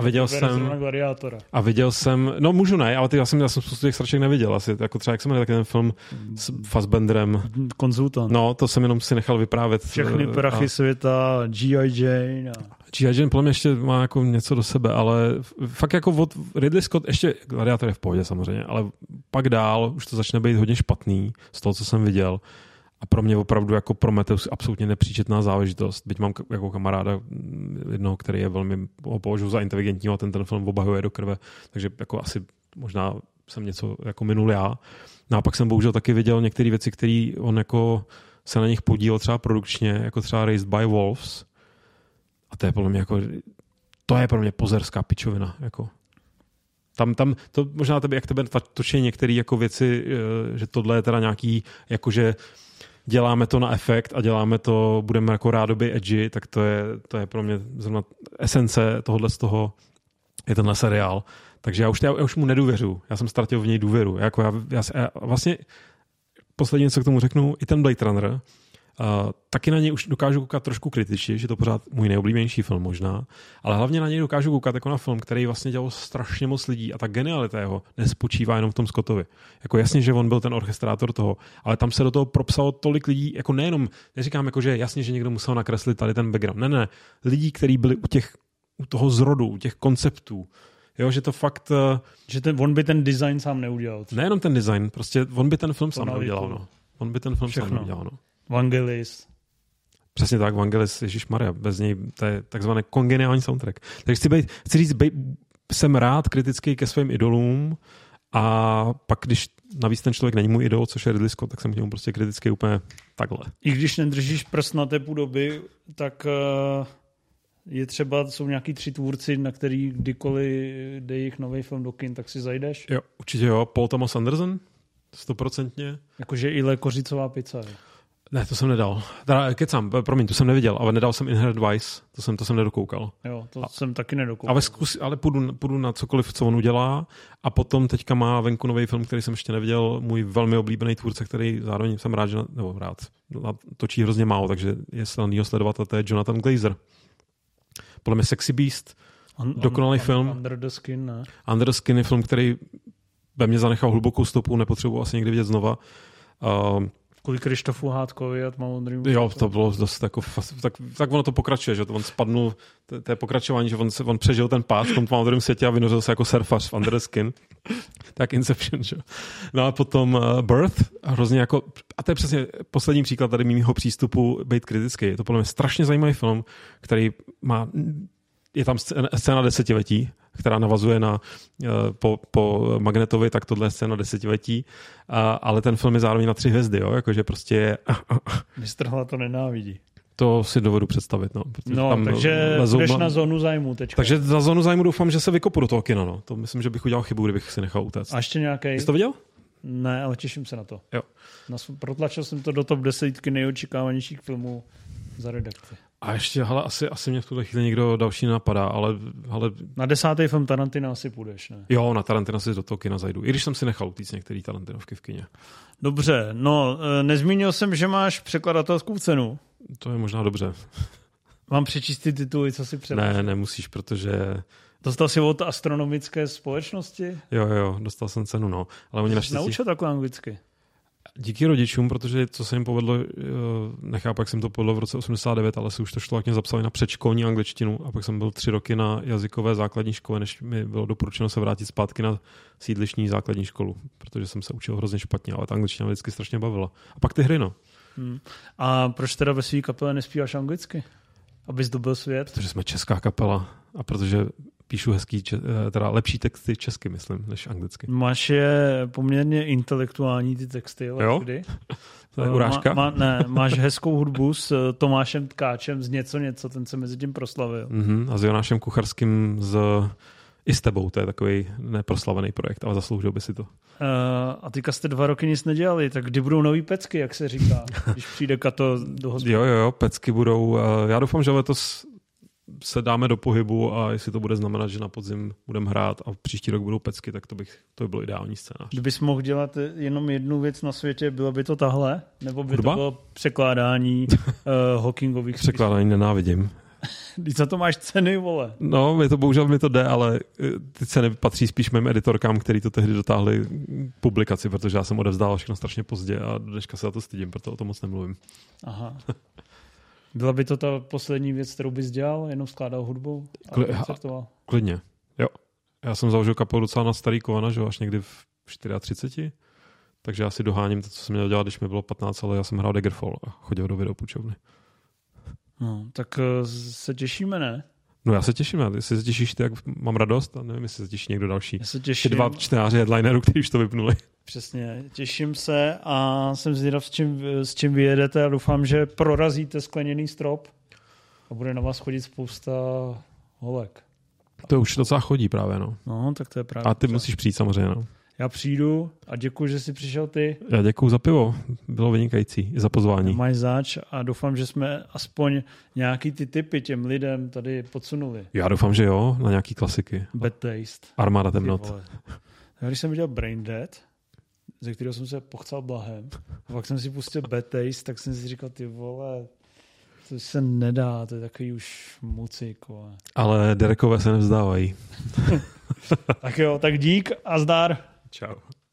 Speaker 2: A viděl jsem, no můžu ne, ale já jsem spoustu těch sraček neviděl. Asi, jako třeba, jak se jmenuje ten film s Fassbenderem.
Speaker 1: Konzultant.
Speaker 2: No, to jsem jenom si nechal vyprávět.
Speaker 1: Všechny prachy světa, G.I. Jane.
Speaker 2: G.I. Jane podle mě ještě má jako něco do sebe, ale fakt jako od Ridley Scott, ještě Gladiátor je v pohodě samozřejmě, ale pak dál už to začne být hodně špatný z toho, co jsem viděl. A pro mě opravdu jako Prometheus absolutně nepříčetná záležitost. Byť mám jako kamaráda jednoho, který je velmi, ho považuji za inteligentního a ten film obahuje do krve. Takže jako asi možná jsem něco jako minul já. No a pak jsem bohužel taky viděl některé věci, které on jako se na nich podílel třeba produkčně, jako třeba Raised by Wolves. A to je podle mě jako, to je pro mě pozerská pičovina. Jako. Tam to možná jak tebe točí některé jako věci, že tohle je teda nějaký, jakože děláme to na efekt a děláme to, budeme jako rádoby edgy, tak to je pro mě zrovna esence tohohle z toho je tenhle seriál. Takže já už mu nedůvěřu. Já jsem ztratil v něj důvěru. Jako já vlastně poslední, co k tomu řeknu, i ten Blade Runner, Taky na něj už dokážu koukat trošku kritičtě, že to pořád můj nejoblíbenější film možná, ale hlavně na něj dokážu koukat jako na film, který vlastně dělal strašně moc lidí a ta genialita jeho nespočívá jenom v tom Scottovi. Jako jasně, že on byl ten orchestrátor toho, ale tam se do toho propsalo tolik lidí, jako neříkám jako, že jasně, že někdo musel nakreslit tady ten background. Ne, lidí, kteří byli u toho zrodu, u těch konceptů. Jo, že to fakt...
Speaker 1: Že on by ten design sám neudělal.
Speaker 2: Nejenom ten design, prostě on by ten film sám neudělal. No. On by ten film
Speaker 1: Všechno.
Speaker 2: sám neudělal. No.
Speaker 1: Vangelis.
Speaker 2: Přesně tak, Vangelis, ježišmarja, bez něj to je takzvaný kongeniální soundtrack. Takže chci říct, jsem rád kritický ke svým idolům a pak, když navíc ten člověk není můj idol, což je Ridley Scott, tak jsem k němu prostě kritický úplně takhle.
Speaker 1: I když nedržíš prst na té podoby, tak je třeba, jsou nějaký 3 tvůrci, na který kdykoliv jde jejich nový film do kin, tak si zajdeš?
Speaker 2: Jo, určitě jo. Paul Thomas Anderson, 100%.
Speaker 1: Jakože i Le kořicová pizza. Je.
Speaker 2: Ne, to jsem nedal. Kecám, promiň, to jsem neviděl, ale nedal jsem Inherent Vice, to jsem nedokoukal.
Speaker 1: Jo, to jsem taky nedokoukal.
Speaker 2: Ale půjdu na cokoliv, co on udělá a potom teďka má venku nový film, který jsem ještě neviděl, můj velmi oblíbený tvůrce, který zároveň jsem rád, že točí hrozně málo, takže je snadný ho sledovat a to je Jonathan Glazer. Podle mě Sexy Beast, dokonalý film.
Speaker 1: Under the Skin, ne?
Speaker 2: Under the Skin je film, který ve mně zanechal hlubokou stopu, nepotřebuji asi někdy vidět znova.
Speaker 1: Kvůli Krištofu Hádkovi a Tmavodrýmu.
Speaker 2: Jo, to bylo dost jako, tak ono to pokračuje, že to on spadnul, to je pokračování, že on přežil ten pád v tom Tmavodrým světě a vynořil se jako surfař v Under the Skin. Tak Inception, že? No a potom Birth, hrozně jako, a to je přesně poslední příklad tady mýho přístupu být kritický. Je to podle mě strašně zajímavý film, který je tam scéna 10letí, která navazuje na po Magnetovi, tak tohle je scéna 10letí, ale ten film je zároveň na 3 hvězdy, jo? Jakože prostě je...
Speaker 1: Mistr Hla to nenávidí.
Speaker 2: To si dovedu představit, no.
Speaker 1: No, takže jdeš na zónu zájmu teďka.
Speaker 2: Takže za zónu zájmu doufám, že se vykopu do toho kina, no. To myslím, že bych udělal chybu, kdybych si nechal utéct.
Speaker 1: A ještě nějaký?
Speaker 2: Jsi to viděl?
Speaker 1: Ne, ale těším se na to.
Speaker 2: Jo.
Speaker 1: Protlačil jsem to do top 10 nejočekávanějších filmů za redakci.
Speaker 2: A ještě, hele, asi mě v tuhle chvíli někdo další napadá, ale...
Speaker 1: Na 10. film Tarantina asi půjdeš, ne?
Speaker 2: Jo, na Tarantina si do toho kina zajdu. I když jsem si nechal utíct některý Tarantinovky v kině.
Speaker 1: Dobře, no, nezmínil jsem, že máš překladatelskou cenu.
Speaker 2: To je možná dobře.
Speaker 1: Mám přečíst ty tituly, co si přeložil?
Speaker 2: Ne, nemusíš, protože...
Speaker 1: Dostal jsi od astronomické společnosti?
Speaker 2: Jo, dostal jsem cenu, no. Ale oni naštěstí...
Speaker 1: Naučil takhle anglicky?
Speaker 2: Díky rodičům, protože co se jim povedlo, nechápu, jak se jim to povedlo v roce 89, ale se už to šlo, jak mě zapsali na předškolní angličtinu a pak jsem byl 3 roky na jazykové základní škole, než mi bylo doporučeno se vrátit zpátky na sídlišní základní školu, protože jsem se učil hrozně špatně, ale ta angličtina vždycky strašně bavila. A pak ty hry, no.
Speaker 1: A proč teda ve své kapele nespíváš anglicky? Abys dobil svět?
Speaker 2: Protože jsme česká kapela a protože píšu teda lepší texty česky, myslím, než anglicky.
Speaker 1: Máš je poměrně intelektuální ty texty, ale
Speaker 2: jo?
Speaker 1: kdy?
Speaker 2: To je urážka?
Speaker 1: Máš hezkou hudbu s Tomášem Tkáčem z něco, ten se mezi tím proslavil.
Speaker 2: A s Jonášem Kucharským i s tebou, to je takový neproslavený projekt, ale zasloužil by si to.
Speaker 1: A teďka jste 2 roky nic nedělali, tak kdy budou nový pecky, jak se říká, když přijde Kato do hospody?
Speaker 2: Jo, pecky budou. Já doufám, že letos se dáme do pohybu a jestli to bude znamenat, že na podzim budeme hrát a příští rok budou pecky, tak to by byl ideální scénář.
Speaker 1: Kdybys mohl dělat jenom jednu věc na světě, bylo by to tahle? Nebo by
Speaker 2: hudba?
Speaker 1: To bylo překládání Hawkingových
Speaker 2: Překládání nenávidím.
Speaker 1: Když za to máš ceny, vole.
Speaker 2: No, bohužel mi to jde, ale ty ceny patří spíš mým editorkám, který to tehdy dotáhli publikaci, protože já jsem odevzdával všechno strašně pozdě a dneška se za to stydím, proto o tom moc nemluvím.
Speaker 1: Aha. Byla by to ta poslední věc, kterou bys dělal? Jenom skládal hudbu a koncertoval?
Speaker 2: Klidně, jo. Já jsem založil kapelu docela na starý Kovana, že až někdy v 34, takže já si doháním to, co jsem měl dělat, když mi bylo 15, ale já jsem hrál Daggerfall a chodil do videopůjčovny.
Speaker 1: No, tak se těšíme, ne?
Speaker 2: No já se těším, jestli se těšíš ty, jak mám radost a nevím, jestli se těší někdo další.
Speaker 1: Já se těším.
Speaker 2: 2 čtenáři headlinerů, kteří už to vypnuli.
Speaker 1: Přesně, těším se a jsem zvědav, s čím vyjedete a doufám, že prorazíte skleněný strop a bude na vás chodit spousta holek.
Speaker 2: To už docela chodí právě, no.
Speaker 1: No, tak to je právě.
Speaker 2: A ty musíš přijít samozřejmě, no.
Speaker 1: Já přijdu a děkuji, že jsi přišel ty.
Speaker 2: Já děkuji za pivo, bylo vynikající, i za pozvání.
Speaker 1: Máš zač a doufám, že jsme aspoň nějaký ty tipy těm lidem tady podsunuli.
Speaker 2: Já doufám, že jo, na nějaký klasiky.
Speaker 1: Bad Taste.
Speaker 2: Armáda temnot.
Speaker 1: Když jsem viděl Brain Dead, ze kterého jsem se pochcal blahem. A pak jsem si pustil Bad Taste, tak jsem si říkal, ty vole, to se nedá, to je takový už mucik.
Speaker 2: Ale Derekové se nevzdávají.
Speaker 1: Tak jo, tak dík a zdar.
Speaker 2: Čau.